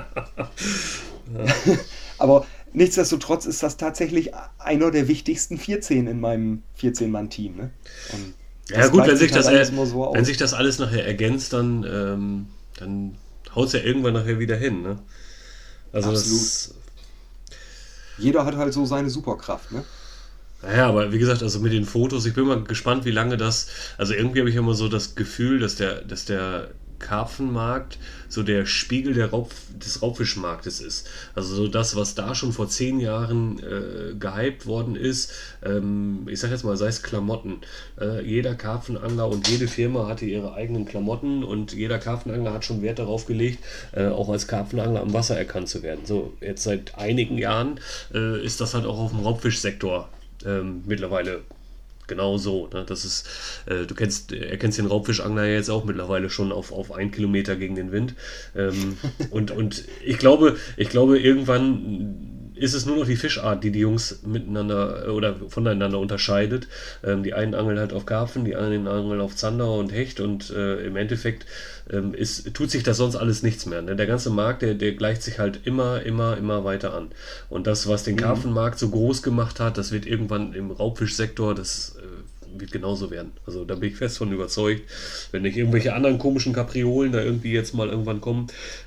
Aber nichtsdestotrotz ist das tatsächlich einer der wichtigsten 14 in meinem 14-Mann-Team. Ne? Ja gut, wenn sich das alles nachher ergänzt, dann haut es ja irgendwann nachher wieder hin. Ne? Also absolut. Jeder hat halt so seine Superkraft, ne? Naja, aber wie gesagt, also mit den Fotos, ich bin mal gespannt, wie lange also irgendwie habe ich immer so das Gefühl, dass der Karpfenmarkt so der Spiegel des Raubfischmarktes ist. Also so das, was da schon vor 10 Jahren gehypt worden ist, ich sag jetzt mal, sei es Klamotten. Jeder Karpfenangler und jede Firma hatte ihre eigenen Klamotten und jeder Karpfenangler hat schon Wert darauf gelegt, auch als Karpfenangler am Wasser erkannt zu werden. So, jetzt seit einigen Jahren ist das halt auch auf dem Raubfischsektor mittlerweile genau so. Ne? Das ist, erkennst den Raubfischangler ja jetzt auch mittlerweile schon auf 1 Kilometer gegen den Wind. Und ich glaube, irgendwann ist es nur noch die Fischart, die Jungs miteinander oder voneinander unterscheidet. Die einen angeln halt auf Karpfen, die anderen angeln auf Zander und Hecht und im Endeffekt tut sich das sonst alles nichts mehr. Ne? Der ganze Markt, der gleicht sich halt immer weiter an. Und das, was den Karpfenmarkt so groß gemacht hat, das wird irgendwann im Raubfischsektor, das wird genauso werden. Also da bin ich fest von überzeugt. Wenn nicht irgendwelche anderen komischen Kapriolen da irgendwie jetzt mal irgendwann kommen,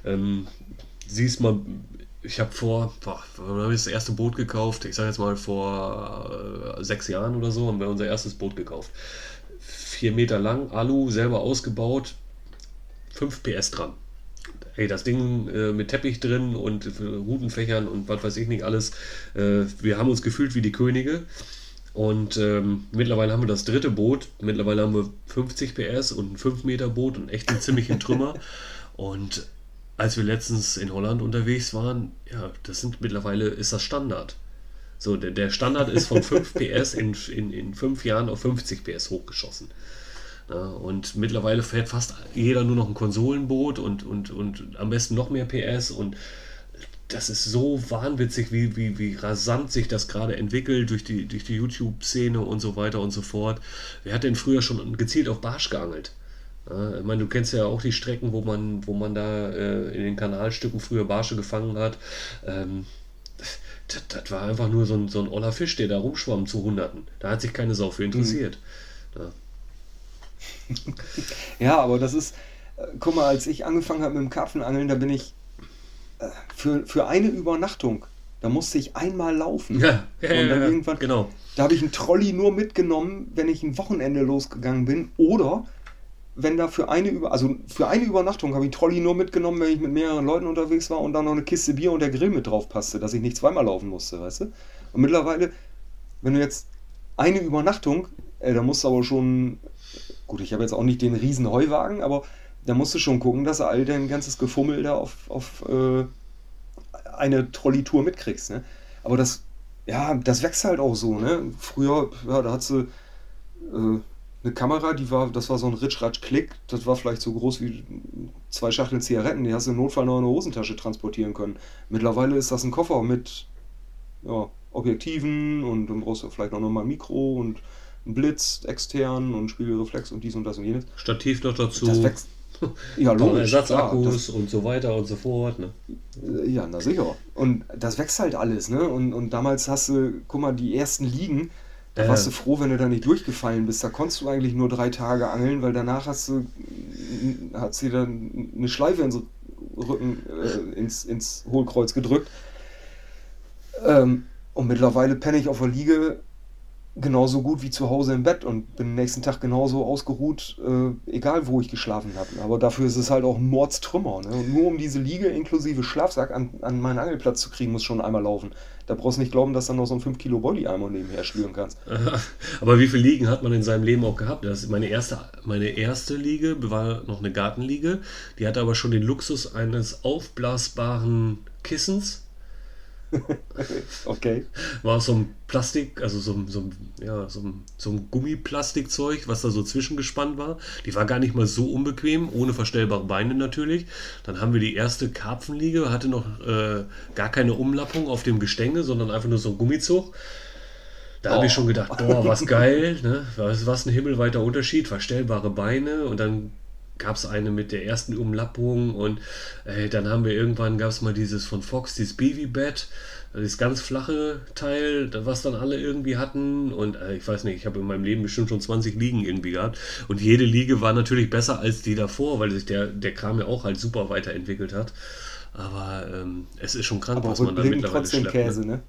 siehst mal, ich habe das erste Boot gekauft, ich sage jetzt mal vor 6 Jahren oder so, haben wir unser erstes Boot gekauft. 4 Meter lang, Alu, selber ausgebaut, 5 PS dran. Hey, das Ding mit Teppich drin und Rutenfächern und was weiß ich nicht alles. Wir haben uns gefühlt wie die Könige. Und mittlerweile haben wir das 3. Boot. Mittlerweile haben wir 50 PS und ein 5 Meter Boot und echt einen ziemlichen Trümmer. Und als wir letztens in Holland unterwegs waren, ja, mittlerweile ist das Standard. So, der Standard ist von 5 PS in 5 Jahren auf 50 PS hochgeschossen. Ja, und mittlerweile fährt fast jeder nur noch ein Konsolenboot und am besten noch mehr PS und das ist so wahnwitzig, wie rasant sich das gerade entwickelt durch die YouTube-Szene und so weiter und so fort. Wer hat denn früher schon gezielt auf Barsch geangelt? Ja, ich meine, du kennst ja auch die Strecken, wo man da in den Kanalstücken früher Barsche gefangen hat. Das war einfach nur so ein oller Fisch, der da rumschwamm zu Hunderten. Da hat sich keine Sau für interessiert. Ja. Ja, aber das ist, guck mal, als ich angefangen habe mit dem Karpfenangeln, da bin ich für eine Übernachtung, da musste ich einmal laufen. Ja, und dann irgendwann, genau. Da habe ich einen Trolley nur mitgenommen, wenn ich ein Wochenende losgegangen bin oder wenn da für eine Übernachtung habe ich Trolley nur mitgenommen, wenn ich mit mehreren Leuten unterwegs war und dann noch eine Kiste Bier und der Grill mit drauf passte, dass ich nicht zweimal laufen musste, weißt du? Und mittlerweile, wenn du jetzt eine Übernachtung, da musst du aber schon, gut, ich habe jetzt auch nicht den riesen Heuwagen, aber da musst du schon gucken, dass du all dein ganzes Gefummel da auf eine Trolley-Tour mitkriegst, ne? Aber das wächst halt auch so, ne? Früher, ja, da hattest du eine Kamera, das war so ein Ritsch-Ratsch-Klick, das war vielleicht so groß wie 2 Schachteln Zigaretten, die hast du im Notfall noch in eine Hosentasche transportieren können. Mittlerweile ist das ein Koffer mit Objektiven und dann brauchst du vielleicht auch noch mal ein Mikro und einen Blitz extern und Spiegelreflex und dies und das und jenes. Stativ noch dazu. Das wächst. Ja, logisch. Ersatzakkus und so weiter und so fort. Ne? Ja, na sicher. Und das wächst halt alles, ne? Und damals hast du, guck mal, die ersten Liegen, da warst du froh, wenn du da nicht durchgefallen bist. Da konntest du eigentlich nur 3 Tage angeln, weil danach hat sie dann eine Schleife ins Rücken, ins Hohlkreuz gedrückt. Und mittlerweile penne ich auf der Liege genauso gut wie zu Hause im Bett und bin den nächsten Tag genauso ausgeruht, egal wo ich geschlafen habe. Aber dafür ist es halt auch ein Mordstrümmer. Ne? Und nur um diese Liege inklusive Schlafsack an meinen Angelplatz zu kriegen, muss schon einmal laufen. Da brauchst du nicht glauben, dass du noch so einen 5 Kilo Bolli-Eimer nebenher schlüren kannst. Aber wie viele Liegen hat man in seinem Leben auch gehabt? Das ist meine erste Liege war noch eine Gartenliege. Die hatte aber schon den Luxus eines aufblasbaren Kissens. Okay. War so ein Plastik, also so ein Gummiplastikzeug, was da so zwischengespannt war. Die war gar nicht mal so unbequem, ohne verstellbare Beine natürlich. Dann haben wir die erste Karpfenliege, hatte noch gar keine Umlappung auf dem Gestänge, sondern einfach nur so ein Gummizug. Da habe ich schon gedacht, boah, was geil, ne? Was ein himmelweiter Unterschied, verstellbare Beine und dann gab es eine mit der ersten Umlappung und dann haben wir irgendwann, gab es mal dieses von Fox, dieses Babybett, das ganz flache Teil, was dann alle irgendwie hatten und ich weiß nicht, ich habe in meinem Leben bestimmt schon 20 Liegen irgendwie gehabt und jede Liege war natürlich besser als die davor, weil sich der Kram ja auch halt super weiterentwickelt hat, aber es ist schon krank, was man da mittlerweile trotzdem schleppt. Käse, ne?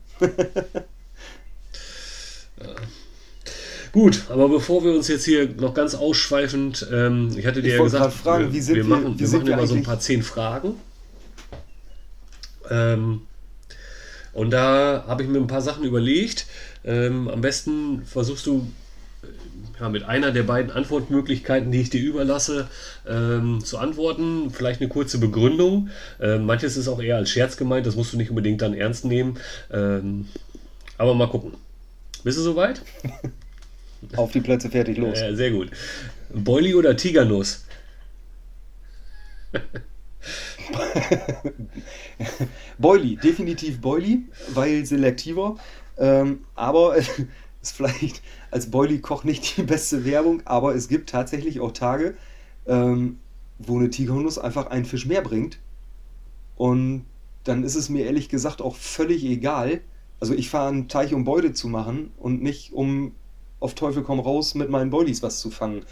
Ja. Gut, aber bevor wir uns jetzt hier noch ganz ausschweifend, ich hatte dir ja gesagt, fragen, wir machen immer so ein paar 10 Fragen. Und da habe ich mir ein paar Sachen überlegt. Am besten versuchst du mit einer der beiden Antwortmöglichkeiten, die ich dir überlasse, zu antworten. Vielleicht eine kurze Begründung. Manches ist auch eher als Scherz gemeint, das musst du nicht unbedingt dann ernst nehmen. Aber mal gucken. Bist du soweit? Auf die Plätze, fertig, los. Sehr gut. Boilie oder Tigernuss? Boilie, definitiv Boilie, weil selektiver. Aber ist vielleicht als Boilie-Koch nicht die beste Werbung, aber es gibt tatsächlich auch Tage, wo eine Tigernuss einfach einen Fisch mehr bringt. Und dann ist es mir ehrlich gesagt auch völlig egal. Also ich fahre einen Teich, um Beute zu machen und nicht um auf Teufel komm raus mit meinen Boilies was zu fangen.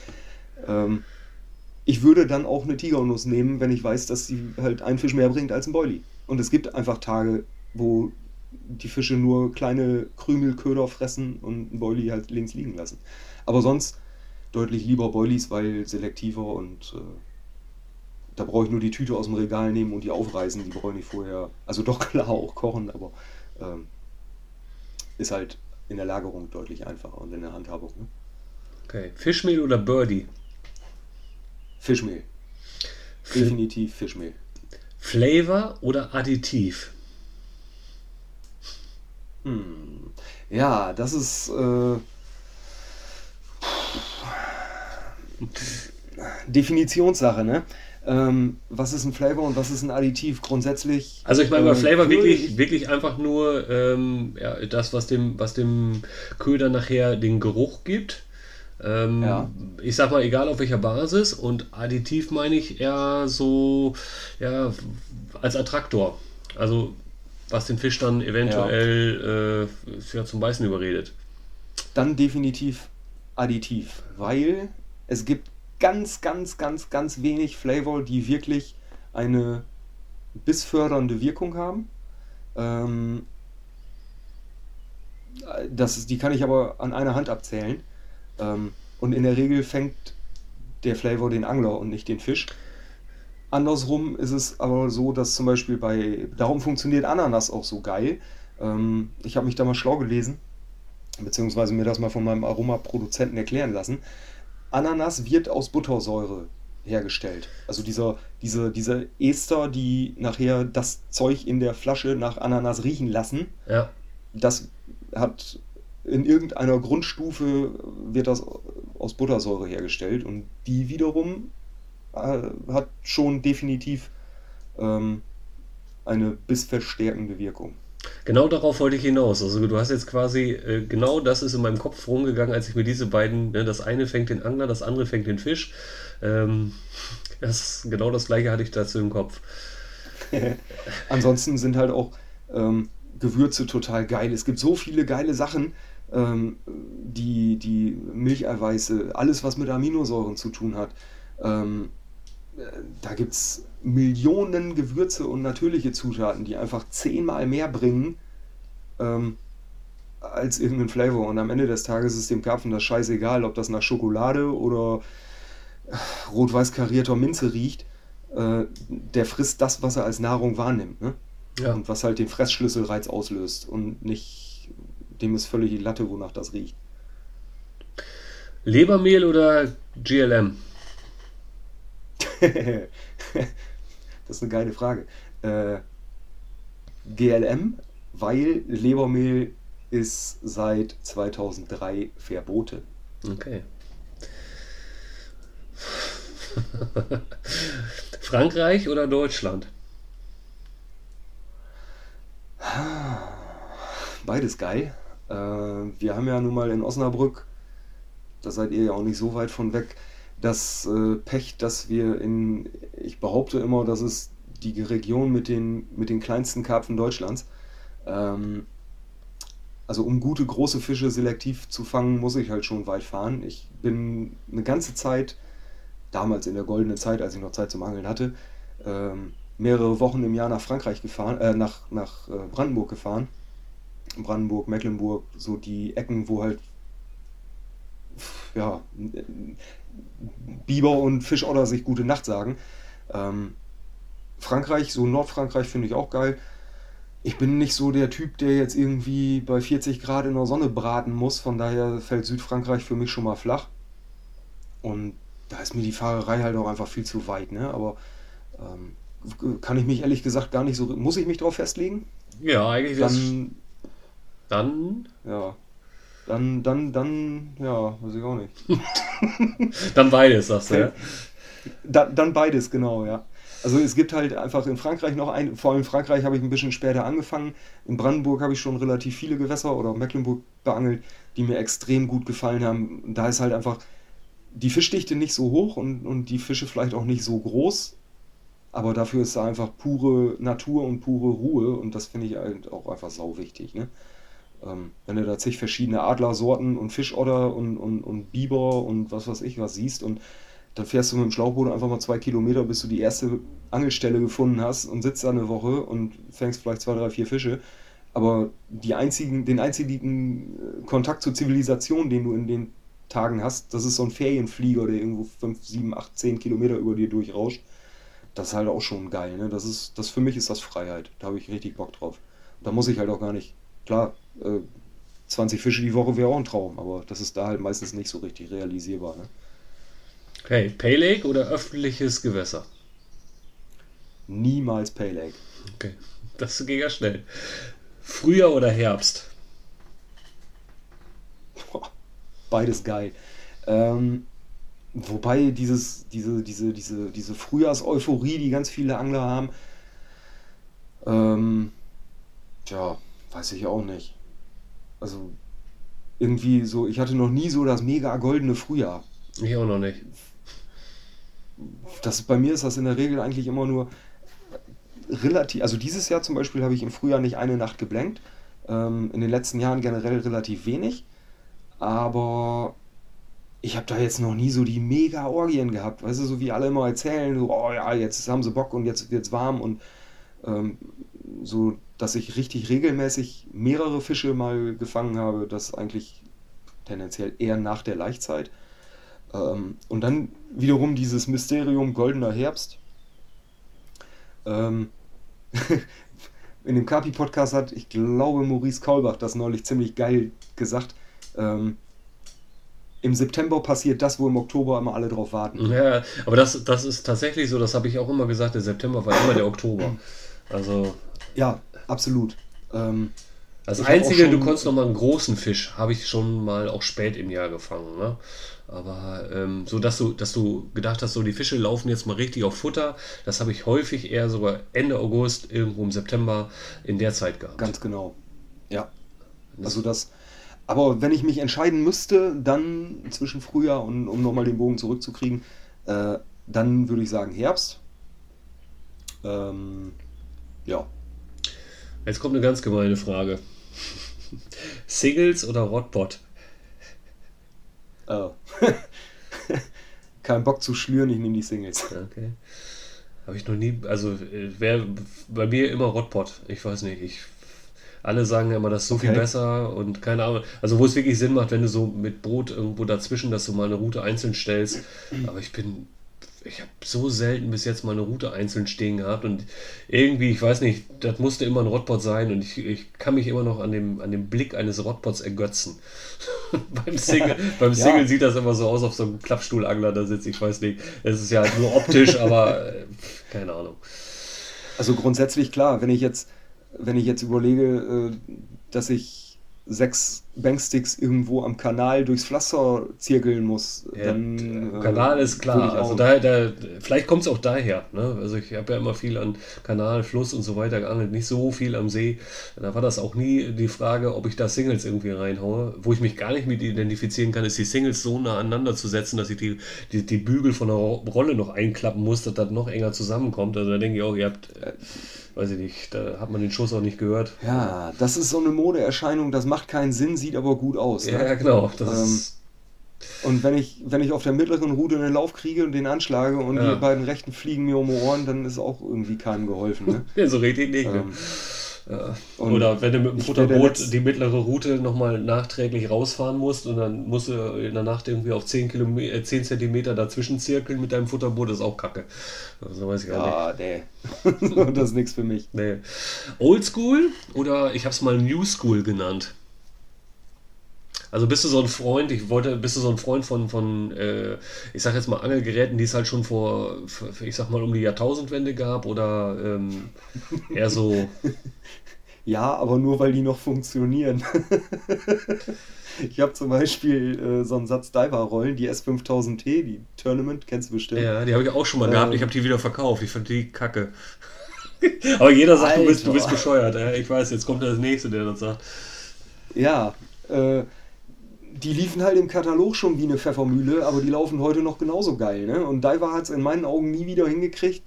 Ich würde dann auch eine Tigernuss nehmen, wenn ich weiß, dass sie halt einen Fisch mehr bringt als ein Boilie. Und es gibt einfach Tage, wo die Fische nur kleine Krümelköder fressen und ein Boilie halt links liegen lassen. Aber sonst deutlich lieber Boilies, weil selektiver und da brauche ich nur die Tüte aus dem Regal nehmen und die aufreißen. Die brauche ich nicht vorher, also doch klar auch kochen, aber ist halt in der Lagerung deutlich einfacher und in der Handhabung. Ne? Okay. Fischmehl oder Birdie? Fischmehl. Definitiv Fischmehl. Flavor oder Additiv? Ja, das ist Definitionssache, ne? Was ist ein Flavor und was ist ein Additiv? Grundsätzlich. Also ich meine bei Flavor wirklich einfach nur das, was dem Köder nachher den Geruch gibt. Ich sag mal, egal auf welcher Basis, und Additiv meine ich eher so als Attraktor. Also was den Fisch dann eventuell zum Beißen überredet. Dann definitiv Additiv, weil es gibt ganz, ganz, ganz, ganz wenig Flavor, die wirklich eine bissfördernde Wirkung haben. Die kann ich aber an einer Hand abzählen. Und in der Regel fängt der Flavor den Angler und nicht den Fisch. Andersrum ist es aber so, dass zum Beispiel darum funktioniert Ananas auch so geil. Ich habe mich da mal schlau gelesen, beziehungsweise mir das mal von meinem Aromaproduzenten erklären lassen. Ananas wird aus Buttersäure hergestellt. Also diese Ester, die nachher das Zeug in der Flasche nach Ananas riechen lassen, Ja. das hat in irgendeiner Grundstufe wird das aus Buttersäure hergestellt und die wiederum hat schon definitiv eine bissverstärkende Wirkung. Genau darauf wollte ich hinaus. Also du hast jetzt quasi, genau das ist in meinem Kopf rumgegangen, als ich mir diese beiden, ne, das eine fängt den Angler, das andere fängt den Fisch. Genau das gleiche hatte ich dazu im Kopf. Ansonsten sind halt auch Gewürze total geil. Es gibt so viele geile Sachen, die Milcheiweiße, alles was mit Aminosäuren zu tun hat. Da gibt es Millionen Gewürze und natürliche Zutaten, die einfach 10-mal mehr bringen als irgendein Flavor. Und am Ende des Tages ist dem Karpfen das scheißegal, ob das nach Schokolade oder rot-weiß karierter Minze riecht. Der frisst das, was er als Nahrung wahrnimmt. Ne? Ja. Und was halt den Fressschlüsselreiz auslöst. Und nicht, dem ist völlig die Latte, wonach das riecht. Lebermehl oder GLM? Das ist eine geile Frage. GLM, weil Lebermehl ist seit 2003 verboten. Okay. Frankreich oder Deutschland? Beides geil. Wir haben ja nun mal in Osnabrück, da seid ihr ja auch nicht so weit von weg, das Pech, dass ich behaupte immer, das ist die Region mit den kleinsten Karpfen Deutschlands. Also um gute große Fische selektiv zu fangen, muss ich halt schon weit fahren. Ich bin eine ganze Zeit, damals in der goldenen Zeit, als ich noch Zeit zum Angeln hatte, mehrere Wochen im Jahr nach Frankreich gefahren, nach Brandenburg gefahren. Brandenburg, Mecklenburg, so die Ecken, wo halt ja, Biber und Fischotter sich gute Nacht sagen. Frankreich, so Nordfrankreich finde ich auch geil. Ich bin nicht so der Typ, der jetzt irgendwie bei 40 Grad in der Sonne braten muss, von daher fällt Südfrankreich für mich schon mal flach. Und da ist mir die Fahrerei halt auch einfach viel zu weit, ne? Aber kann ich mich ehrlich gesagt gar nicht so. Muss ich mich drauf festlegen? Ja, eigentlich Dann, ja. Dann, ja, weiß ich auch nicht. Dann beides, sagst du, ja? Dann beides, genau, ja. Also es gibt halt einfach in Frankreich vor allem in Frankreich habe ich ein bisschen später angefangen. In Brandenburg habe ich schon relativ viele Gewässer oder Mecklenburg beangelt, die mir extrem gut gefallen haben. Da ist halt einfach die Fischdichte nicht so hoch und die Fische vielleicht auch nicht so groß, aber dafür ist da einfach pure Natur und pure Ruhe und das finde ich halt auch einfach sau wichtig, ne? Wenn du da zig verschiedene Adlersorten und Fischotter und Biber und was weiß ich was siehst und dann fährst du mit dem Schlauchboot einfach mal 2 Kilometer, bis du die erste Angelstelle gefunden hast und sitzt da eine Woche und fängst vielleicht 2, 3, 4 Fische. Aber den einzigen Kontakt zur Zivilisation, den du in den Tagen hast, das ist so ein Ferienflieger, der irgendwo 5, 7, 8, 10 Kilometer über dir durchrauscht. Das ist halt auch schon geil, ne? Das für mich ist das Freiheit. Da habe ich richtig Bock drauf. Da muss ich halt auch gar nicht. Klar, 20 Fische die Woche wäre auch ein Traum, aber das ist da halt meistens nicht so richtig realisierbar, ne? Okay, Pay Lake oder öffentliches Gewässer? Niemals Pay Lake. Okay, das ging ja schnell. Frühjahr oder Herbst? Beides geil. Wobei diese Frühjahrseuphorie, die ganz viele Angler haben, tja, weiß ich auch nicht. Also irgendwie so, ich hatte noch nie so das mega goldene Frühjahr. Ich auch noch nicht. Bei mir ist das in der Regel eigentlich immer nur relativ, also dieses Jahr zum Beispiel habe ich im Frühjahr nicht eine Nacht geblenkt. In den letzten Jahren generell relativ wenig. Aber ich habe da jetzt noch nie so die mega Orgien gehabt. Weißt du, so wie alle immer erzählen, so, oh ja, jetzt haben sie Bock und jetzt wird's warm und so, dass ich richtig regelmäßig mehrere Fische mal gefangen habe, das eigentlich tendenziell eher nach der Laichzeit. Und dann wiederum dieses Mysterium goldener Herbst. In dem Kapi-Podcast hat, ich glaube, Maurice Kaulbach das neulich ziemlich geil gesagt. Im September passiert das, wo im Oktober immer alle drauf warten. Ja, aber das ist tatsächlich so, das habe ich auch immer gesagt, der September war immer der Oktober. Also. Ja, absolut. Das Einzige, du konntest noch mal einen großen Fisch, habe ich schon mal auch spät im Jahr gefangen. Ne? Aber so, dass du gedacht hast, so die Fische laufen jetzt mal richtig auf Futter, das habe ich häufig eher sogar Ende August, irgendwo im September in der Zeit gehabt. Ganz genau. Ja. Also das. Aber wenn ich mich entscheiden müsste, dann zwischen Frühjahr und um nochmal den Bogen zurückzukriegen, dann würde ich sagen Herbst. Ja. Jetzt kommt eine ganz gemeine Frage. Singles oder Rodpot? Kein Bock zu schlüren, ich nehme die Singles. Okay. Habe ich noch nie, also wäre bei mir immer Rodpot. Ich weiß nicht, alle sagen ja immer, das ist so viel besser und keine Ahnung. Also wo es wirklich Sinn macht, wenn du so mit Boot irgendwo dazwischen, dass du mal eine Route einzeln stellst. Aber ich habe so selten bis jetzt mal eine Route einzeln stehen gehabt und irgendwie, ich weiß nicht, das musste immer ein Rodpot sein und ich kann mich immer noch an dem Blick eines Rodpots ergötzen. beim Single sieht das immer so aus, auf so einem Klappstuhlangler da sitzt, ich weiß nicht. Es ist ja nur optisch, aber keine Ahnung. Also grundsätzlich klar, wenn ich jetzt überlege, dass ich 6 Banksticks irgendwo am Kanal durchs Pflaster zirkeln muss, ja, dann... Kanal ist klar, also vielleicht kommt es auch daher, ne? Also ich habe ja immer viel an Kanal, Fluss und so weiter geangelt, nicht so viel am See, da war das auch nie die Frage, ob ich da Singles irgendwie reinhaue. Wo ich mich gar nicht mit identifizieren kann, ist die Singles so nah aneinander zu setzen, dass ich die Bügel von der Rolle noch einklappen muss, dass das noch enger zusammenkommt. Also da denke ich auch, ihr habt... weiß ich nicht, da hat man den Schuss auch nicht gehört. Ja, das ist so eine Modeerscheinung, das macht keinen Sinn, sieht aber gut aus. Ne? Ja, genau. Und wenn ich auf der mittleren Route einen Lauf kriege und den anschlage und die beiden rechten fliegen mir um die Ohren, dann ist auch irgendwie keinem geholfen. Ne? Ja, so richtig nicht. Ne? Ja. Oder wenn du mit dem Futterboot die mittlere Route nochmal nachträglich rausfahren musst und dann musst du in der Nacht irgendwie auf 10 Zentimeter dazwischen zirkeln mit deinem Futterboot, ist auch kacke. Also weiß ich gar nicht. Nee. Das ist nichts für mich. Nee. Oldschool oder ich habe es mal New School genannt? Also bist du so ein Freund von ich sag jetzt mal Angelgeräten, die es halt schon ich sag mal um die Jahrtausendwende gab oder eher so... Ja, aber nur weil die noch funktionieren. Ich habe zum Beispiel so einen Satz Diver-Rollen, die S5000T, die Tournament, kennst du bestimmt. Ja, die habe ich auch schon mal gehabt, ich habe die wieder verkauft, ich fand die kacke. Aber jeder sagt, du bist bescheuert. Ich weiß, jetzt kommt der Nächste, der das sagt. Ja, die liefen halt im Katalog schon wie eine Pfeffermühle, aber die laufen heute noch genauso geil. Ne? Und Diver hat es in meinen Augen nie wieder hingekriegt,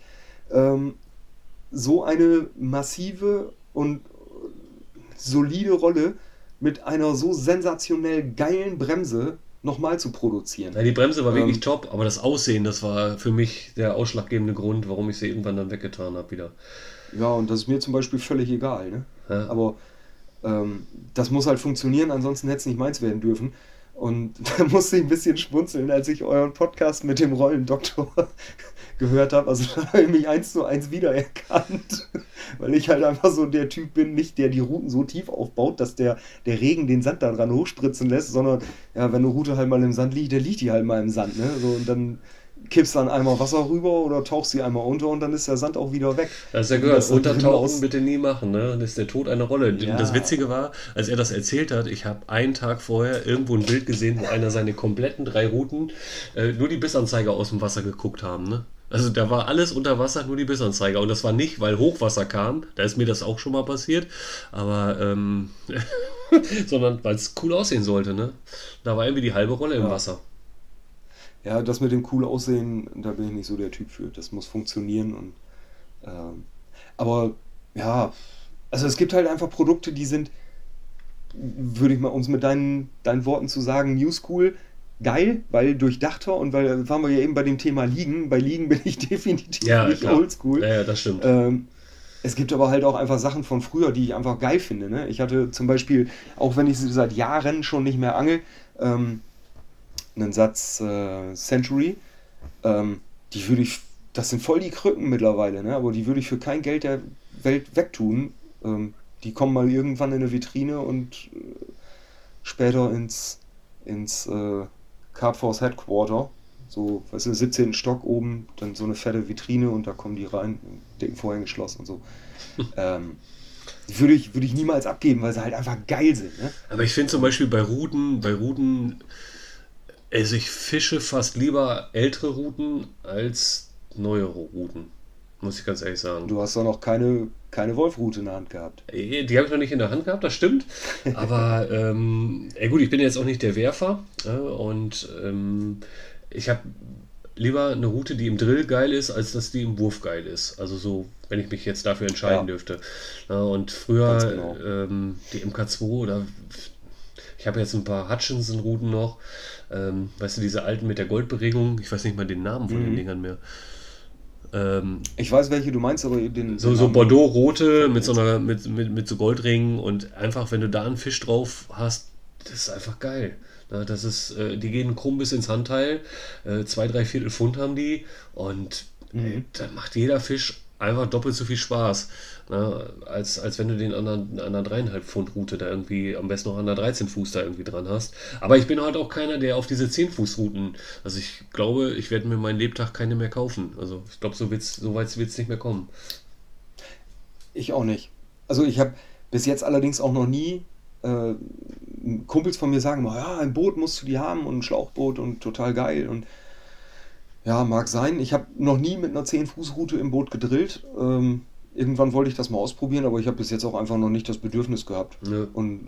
so eine massive und solide Rolle mit einer so sensationell geilen Bremse nochmal zu produzieren. Ja, die Bremse war wirklich top, aber das Aussehen, das war für mich der ausschlaggebende Grund, warum ich sie irgendwann dann weggetan habe wieder. Ja, und das ist mir zum Beispiel völlig egal. Ne? Ja. Aber das muss halt funktionieren, ansonsten hätte es nicht meins werden dürfen. Und da musste ich ein bisschen schmunzeln, als ich euren Podcast mit dem Rollendoktor gehört habe. Also da habe ich mich 1:1 wiedererkannt, weil ich halt einfach so der Typ bin, nicht der die Routen so tief aufbaut, dass der Regen den Sand da dran hochspritzen lässt, sondern ja, wenn eine Route halt mal im Sand liegt, dann liegt die halt mal im Sand. Ne? So, und dann kippst dann einmal Wasser rüber oder tauchst sie einmal unter und dann ist der Sand auch wieder weg. Das ist ja gehört, untertauchen bitte nie machen, ne? Dann ist der Tod eine Rolle. Ja. Das Witzige war, als er das erzählt hat, ich habe einen Tag vorher irgendwo ein Bild gesehen, wo einer seine kompletten 3 Routen nur die Bissanzeiger aus dem Wasser geguckt haben, ne? Also da war alles unter Wasser, nur die Bissanzeiger. Und das war nicht, weil Hochwasser kam, da ist mir das auch schon mal passiert, aber sondern weil es cool aussehen sollte, ne? Da war irgendwie die halbe Rolle im Wasser. Ja, das mit dem cool Aussehen, da bin ich nicht so der Typ für. Das muss funktionieren. Und, aber ja, also es gibt halt einfach Produkte, die sind, würde ich mal, um es mit deinen Worten zu sagen, New School, geil, weil durchdachter und weil, waren wir ja eben bei dem Thema Liegen. Bei Liegen bin ich definitiv nicht oldschool. Ja, das stimmt. Es gibt aber halt auch einfach Sachen von früher, die ich einfach geil finde. Ne? Ich hatte zum Beispiel, auch wenn ich seit Jahren schon nicht mehr angel, einen Satz Century. Die würde ich, das sind voll die Krücken mittlerweile, ne? Aber die würde ich für kein Geld der Welt wegtun. Die kommen mal irgendwann in eine Vitrine und später ins Carp Force Headquarter. So, weißt du, 17. Stock oben, dann so eine fette Vitrine und da kommen die rein, dicken Vorhänge geschlossen und so. Die würde ich niemals abgeben, weil sie halt einfach geil sind. Ne? Aber ich finde zum Beispiel bei Ruten, also ich fische fast lieber ältere Ruten als neuere Ruten. Muss ich ganz ehrlich sagen. Du hast doch noch keine Wolfrute in der Hand gehabt. Die habe ich noch nicht in der Hand gehabt, das stimmt. Aber gut, ich bin jetzt auch nicht der Werfer. Und ich habe lieber eine Rute, die im Drill geil ist, als dass die im Wurf geil ist. Also so, wenn ich mich jetzt dafür entscheiden dürfte. Und früher Genau. die MK2 oder ich habe jetzt ein paar Hutchinson-Ruten noch. Weißt du, diese alten mit der Goldberegung. Ich weiß nicht mal den Namen von den Dingern mehr. Ich weiß, welche du meinst, aber den So Namen- Bordeaux-rote mit so Goldringen und einfach, wenn du da einen Fisch drauf hast, das ist einfach geil. Na, das ist, die gehen krumm bis ins Handteil, 2, 3 Pfund haben die und da macht jeder Fisch einfach doppelt so viel Spaß, als wenn du den anderen 3,5 Pfund Rute da irgendwie, am besten noch an der 13 Fuß da irgendwie dran hast. Aber ich bin halt auch keiner, der auf diese 10 Fuß Ruten, also ich glaube, ich werde mir meinen Lebtag keine mehr kaufen. Also ich glaube, so weit wird es nicht mehr kommen. Ich auch nicht. Also ich habe bis jetzt allerdings auch noch nie Kumpels von mir sagen mal, ja, ein Boot musst du die haben und ein Schlauchboot und total geil und ja, mag sein. Ich habe noch nie mit einer 10-Fuß-Route im Boot gedrillt. Irgendwann wollte ich das mal ausprobieren, aber ich habe bis jetzt auch einfach noch nicht das Bedürfnis gehabt. Ja. Und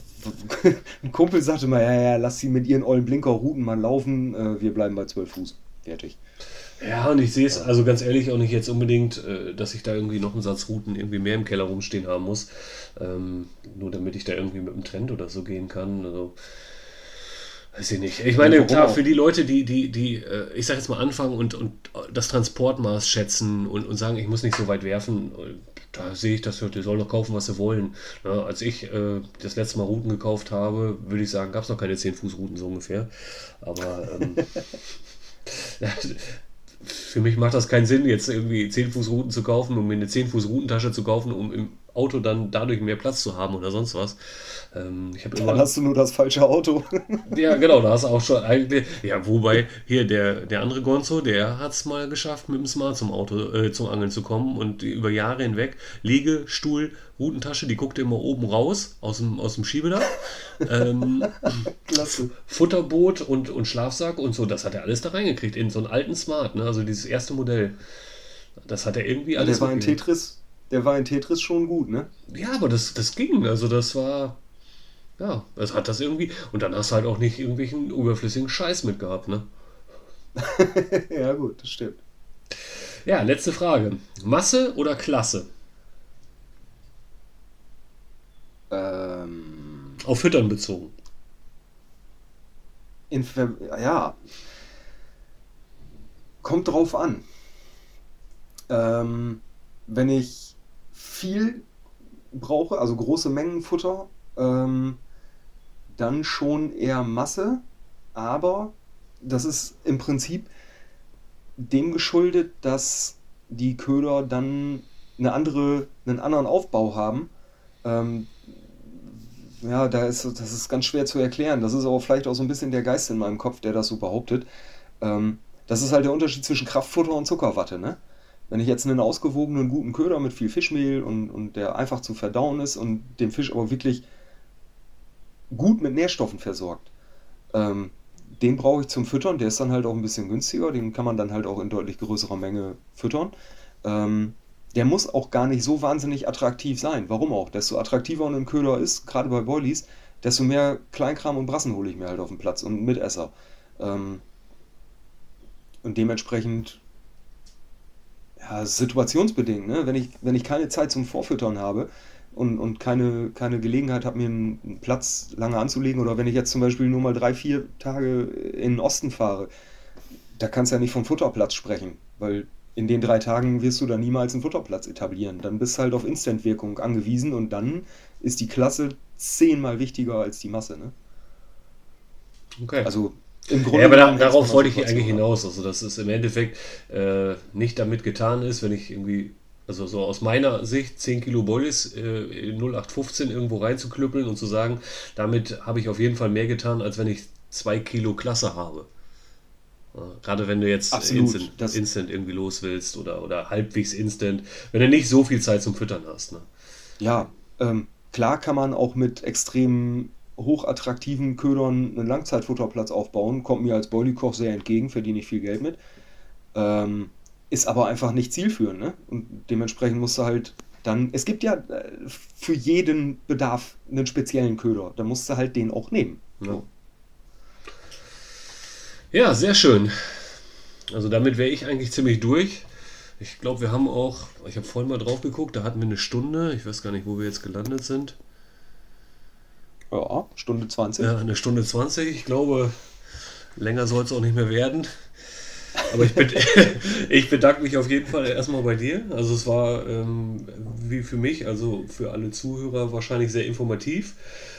ein Kumpel sagte mal, ja, lass sie mit ihren ollen Blinker-Routen mal laufen, wir bleiben bei 12 Fuß. Fertig. Ja, und ich sehe es also ganz ehrlich auch nicht jetzt unbedingt, dass ich da irgendwie noch einen Satz Routen irgendwie mehr im Keller rumstehen haben muss. Nur damit ich da irgendwie mit dem Trend oder so gehen kann. Also, weiß ich nicht. Ich meine, warum klar, auch? für die Leute, die ich sag jetzt mal anfangen und das Transportmaß schätzen und sagen, ich muss nicht so weit werfen, da sehe ich das, die sollen doch kaufen, was sie wollen. Na, als ich das letzte Mal Routen gekauft habe, würde ich sagen, gab es noch keine 10-Fuß-Routen so ungefähr. Aber für mich macht das keinen Sinn, jetzt irgendwie 10-Fuß-Routen zu kaufen, um mir eine 10-Fuß-Routentasche zu kaufen, um im Auto dann dadurch mehr Platz zu haben oder sonst was. Ich habe Dann immer. hast du nur das falsche Auto. Ja, genau, da hast du auch schon eigentlich. Ja, wobei, hier, der andere Gonzo, der hat es mal geschafft, mit dem Smart zum Angeln zu kommen und über Jahre hinweg Liege, Stuhl, Routentasche, die guckte immer oben raus aus dem Schiebedach. Klasse. Futterboot und Schlafsack und so, das hat er alles da reingekriegt in so einen alten Smart, ne? Also dieses erste Modell. Das hat er irgendwie alles. Der war in Tetris schon gut, ne? Ja, aber das ging. Also das war. Ja, das hat das irgendwie. Und dann hast du halt auch nicht irgendwelchen überflüssigen Scheiß mitgehabt, ne? Ja, gut, das stimmt. Ja, letzte Frage. Masse oder Klasse? Auf Füttern bezogen. Ja, kommt drauf an. Wenn ich viel brauche, also große Mengen Futter, dann schon eher Masse, aber das ist im Prinzip dem geschuldet, dass die Köder dann einen anderen Aufbau haben. Ähm, ja, das ist ganz schwer zu erklären. Das ist aber vielleicht auch so ein bisschen der Geist in meinem Kopf, der das so behauptet. Das ist halt der Unterschied zwischen Kraftfutter und Zuckerwatte, ne? Wenn ich jetzt einen ausgewogenen, guten Köder mit viel Fischmehl und der einfach zu verdauen ist und den Fisch aber wirklich gut mit Nährstoffen versorgt, den brauche ich zum Füttern. Der ist dann halt auch ein bisschen günstiger. Den kann man dann halt auch in deutlich größerer Menge füttern. Der muss auch gar nicht so wahnsinnig attraktiv sein. Warum auch? Desto attraktiver ein Köder ist, gerade bei Boilies, desto mehr Kleinkram und Brassen hole ich mir halt auf den Platz und Mitesser. Und dementsprechend, ja, situationsbedingt, ne? Wenn ich keine Zeit zum Vorfüttern habe und keine Gelegenheit habe, mir einen Platz lange anzulegen, oder wenn ich jetzt zum Beispiel nur mal 3, 4 Tage in den Osten fahre, da kannst du ja nicht vom Futterplatz sprechen, weil in den 3 Tagen wirst du da niemals einen Futterplatz etablieren. Dann bist du halt auf Instantwirkung angewiesen und dann ist die Klasse 10-mal wichtiger als die Masse, ne? Okay. Also im Grunde Ja, aber genommen darauf hängt wollte es ich von der eigentlich Situation ab. hinaus. Also, dass es im Endeffekt nicht damit getan ist, wenn ich irgendwie, also so aus meiner Sicht 10 Kilo Bollis in 0815 irgendwo reinzuklüppeln und zu sagen, damit habe ich auf jeden Fall mehr getan, als wenn ich 2 Kilo Klasse habe. Ja, gerade wenn du jetzt Absolut. Das, instant irgendwie los willst oder halbwegs instant, wenn du nicht so viel Zeit zum Füttern hast. Ne? ja, klar kann man auch mit extrem hochattraktiven Ködern einen Langzeitfutterplatz aufbauen, kommt mir als Boilie-Koch sehr entgegen, verdiene ich viel Geld mit. Ähm, Ist aber einfach nicht zielführend, ne? Und dementsprechend musst du halt dann, es gibt ja für jeden Bedarf einen speziellen Köder, da musst du halt den auch nehmen. Ja. So. Ja, sehr schön. Also damit wäre ich eigentlich ziemlich durch. Ich glaube, wir haben auch, ich habe vorhin mal drauf geguckt, da hatten wir eine Stunde. Ich weiß gar nicht, wo wir jetzt gelandet sind. Ja, Stunde 20. Ja, eine Stunde 20. Ich glaube, länger soll es auch nicht mehr werden. Aber ich bedanke mich auf jeden Fall erstmal bei dir. Also es war wie für mich, also für alle Zuhörer wahrscheinlich sehr informativ.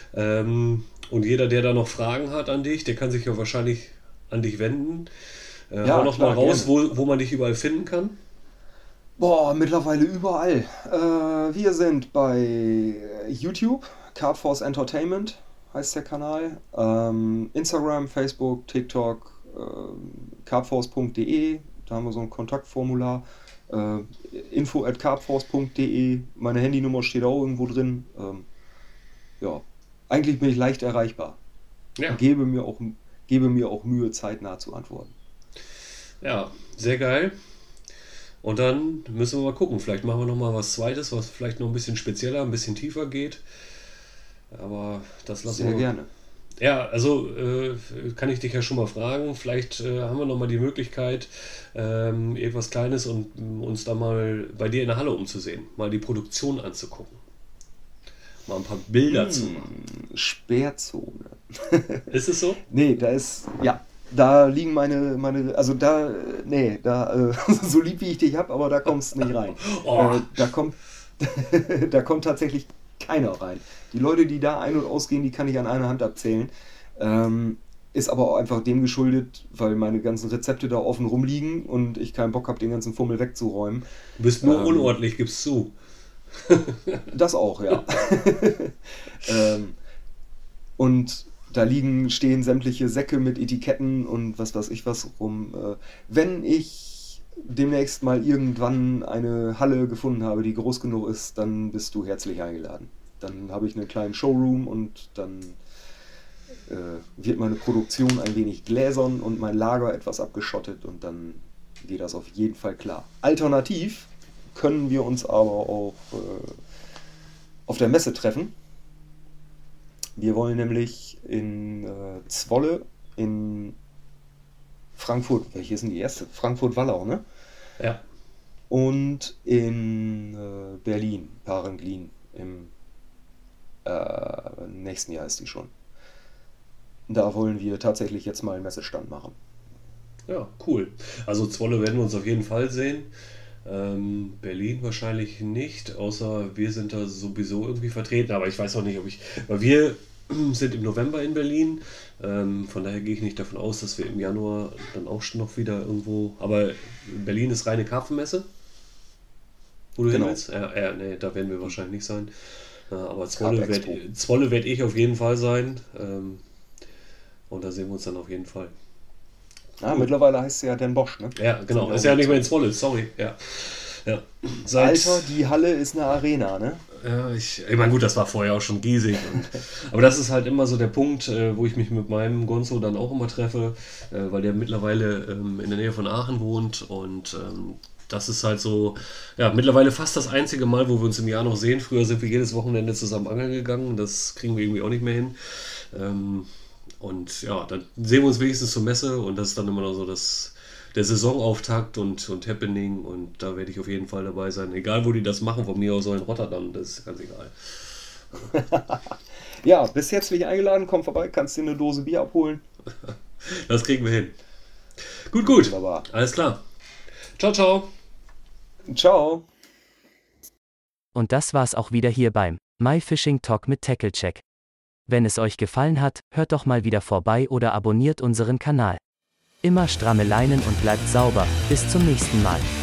Und jeder, der da noch Fragen hat an dich, der kann sich ja wahrscheinlich an dich wenden. Ja, Hau noch mal klar, raus, gerne. wo man dich überall finden kann. Boah, mittlerweile überall. Wir sind bei YouTube, Cardforce Entertainment heißt der Kanal. Instagram, Facebook, TikTok, cardforce.de, da haben wir so ein Kontaktformular. Äh, info@cardforce.de, meine Handynummer steht auch irgendwo drin. Ja, eigentlich bin ich leicht erreichbar. Ja, Gebe mir auch, gebe mir auch Mühe, zeitnah zu antworten. ja, sehr geil. Und dann müssen wir mal gucken. Vielleicht machen wir noch mal was Zweites, was vielleicht noch ein bisschen spezieller, ein bisschen tiefer geht. Aber das lassen Sehr wir. gerne. Ja, also kann ich dich ja schon mal fragen. Vielleicht haben wir noch mal die Möglichkeit, irgendwas Kleines und uns da mal bei dir in der Halle umzusehen. Mal die Produktion anzugucken. Mal ein paar Bilder zu machen. Sperrzone. Ist es so? Nee, da ist, ja, da liegen also da, nee, da, so lieb wie ich dich hab, aber da kommst du nicht rein. Oh, Da kommt, da kommt tatsächlich keiner rein. Die Leute, die da ein- und ausgehen, die kann ich an einer Hand abzählen. Ist aber auch einfach dem geschuldet, weil meine ganzen Rezepte da offen rumliegen und ich keinen Bock habe, den ganzen Fummel wegzuräumen. du bist nur Ähm, unordentlich, gibst zu. Das auch, ja. ähm, Und da stehen sämtliche Säcke mit Etiketten und was weiß ich was rum. Wenn ich demnächst mal irgendwann eine Halle gefunden habe, die groß genug ist, dann bist du herzlich eingeladen. Dann habe ich einen kleinen Showroom und dann wird meine Produktion ein wenig gläsern und mein Lager etwas abgeschottet und dann geht das auf jeden Fall klar. Alternativ können wir uns aber auch auf der Messe treffen. Wir wollen nämlich in Zwolle, in Frankfurt, welche ist denn die erste? Frankfurt-Wallau, ne? Ja. Und in Berlin, Parenglin, im nächsten Jahr ist die schon. Da wollen wir tatsächlich jetzt mal einen Messestand machen. Ja, cool. Also Zwolle werden wir uns auf jeden Fall sehen. Berlin wahrscheinlich nicht, außer wir sind da sowieso irgendwie vertreten. Aber ich weiß auch nicht, weil wir sind im November in Berlin. Von daher gehe ich nicht davon aus, dass wir im Januar dann auch schon noch wieder irgendwo. Aber Berlin ist reine Karpfenmesse, wo du hin Genau. willst. Nee, da werden wir wahrscheinlich nicht sein. Aber Carp-Expo. Zwolle werd ich auf jeden Fall sein. Und da sehen wir uns dann auf jeden Fall. Ah, Cool. mittlerweile heißt sie ja Den Bosch, ne? Ja, genau. Sind wir Ist auch ja nicht mehr in umgezogen. Zwolle, sorry. Ja. Ja. Seit, Alter, die Halle ist eine Arena, ne? ja, ich meine, gut, das war vorher auch schon riesig. Aber das ist halt immer so der Punkt, wo ich mich mit meinem Gonzo dann auch immer treffe, weil der mittlerweile in der Nähe von Aachen wohnt und das ist halt so, ja, mittlerweile fast das einzige Mal, wo wir uns im Jahr noch sehen. Früher sind wir jedes Wochenende zusammen angeln gegangen, das kriegen wir irgendwie auch nicht mehr hin. Und ja, dann sehen wir uns wenigstens zur Messe und das ist dann immer noch so der Saisonauftakt und Happening und da werde ich auf jeden Fall dabei sein. Egal, wo die das machen, von mir aus auch in Rotterdam, das ist ganz egal. Ja, bist herzlich eingeladen, komm vorbei, kannst dir eine Dose Bier abholen. Das kriegen wir hin. Gut. Wunderbar. Alles klar. Ciao, ciao. Ciao. Und das war's auch wieder hier beim My Fishing Talk mit Tackle Check. Wenn es euch gefallen hat, hört doch mal wieder vorbei oder abonniert unseren Kanal. Immer stramme Leinen und bleibt sauber, bis zum nächsten Mal.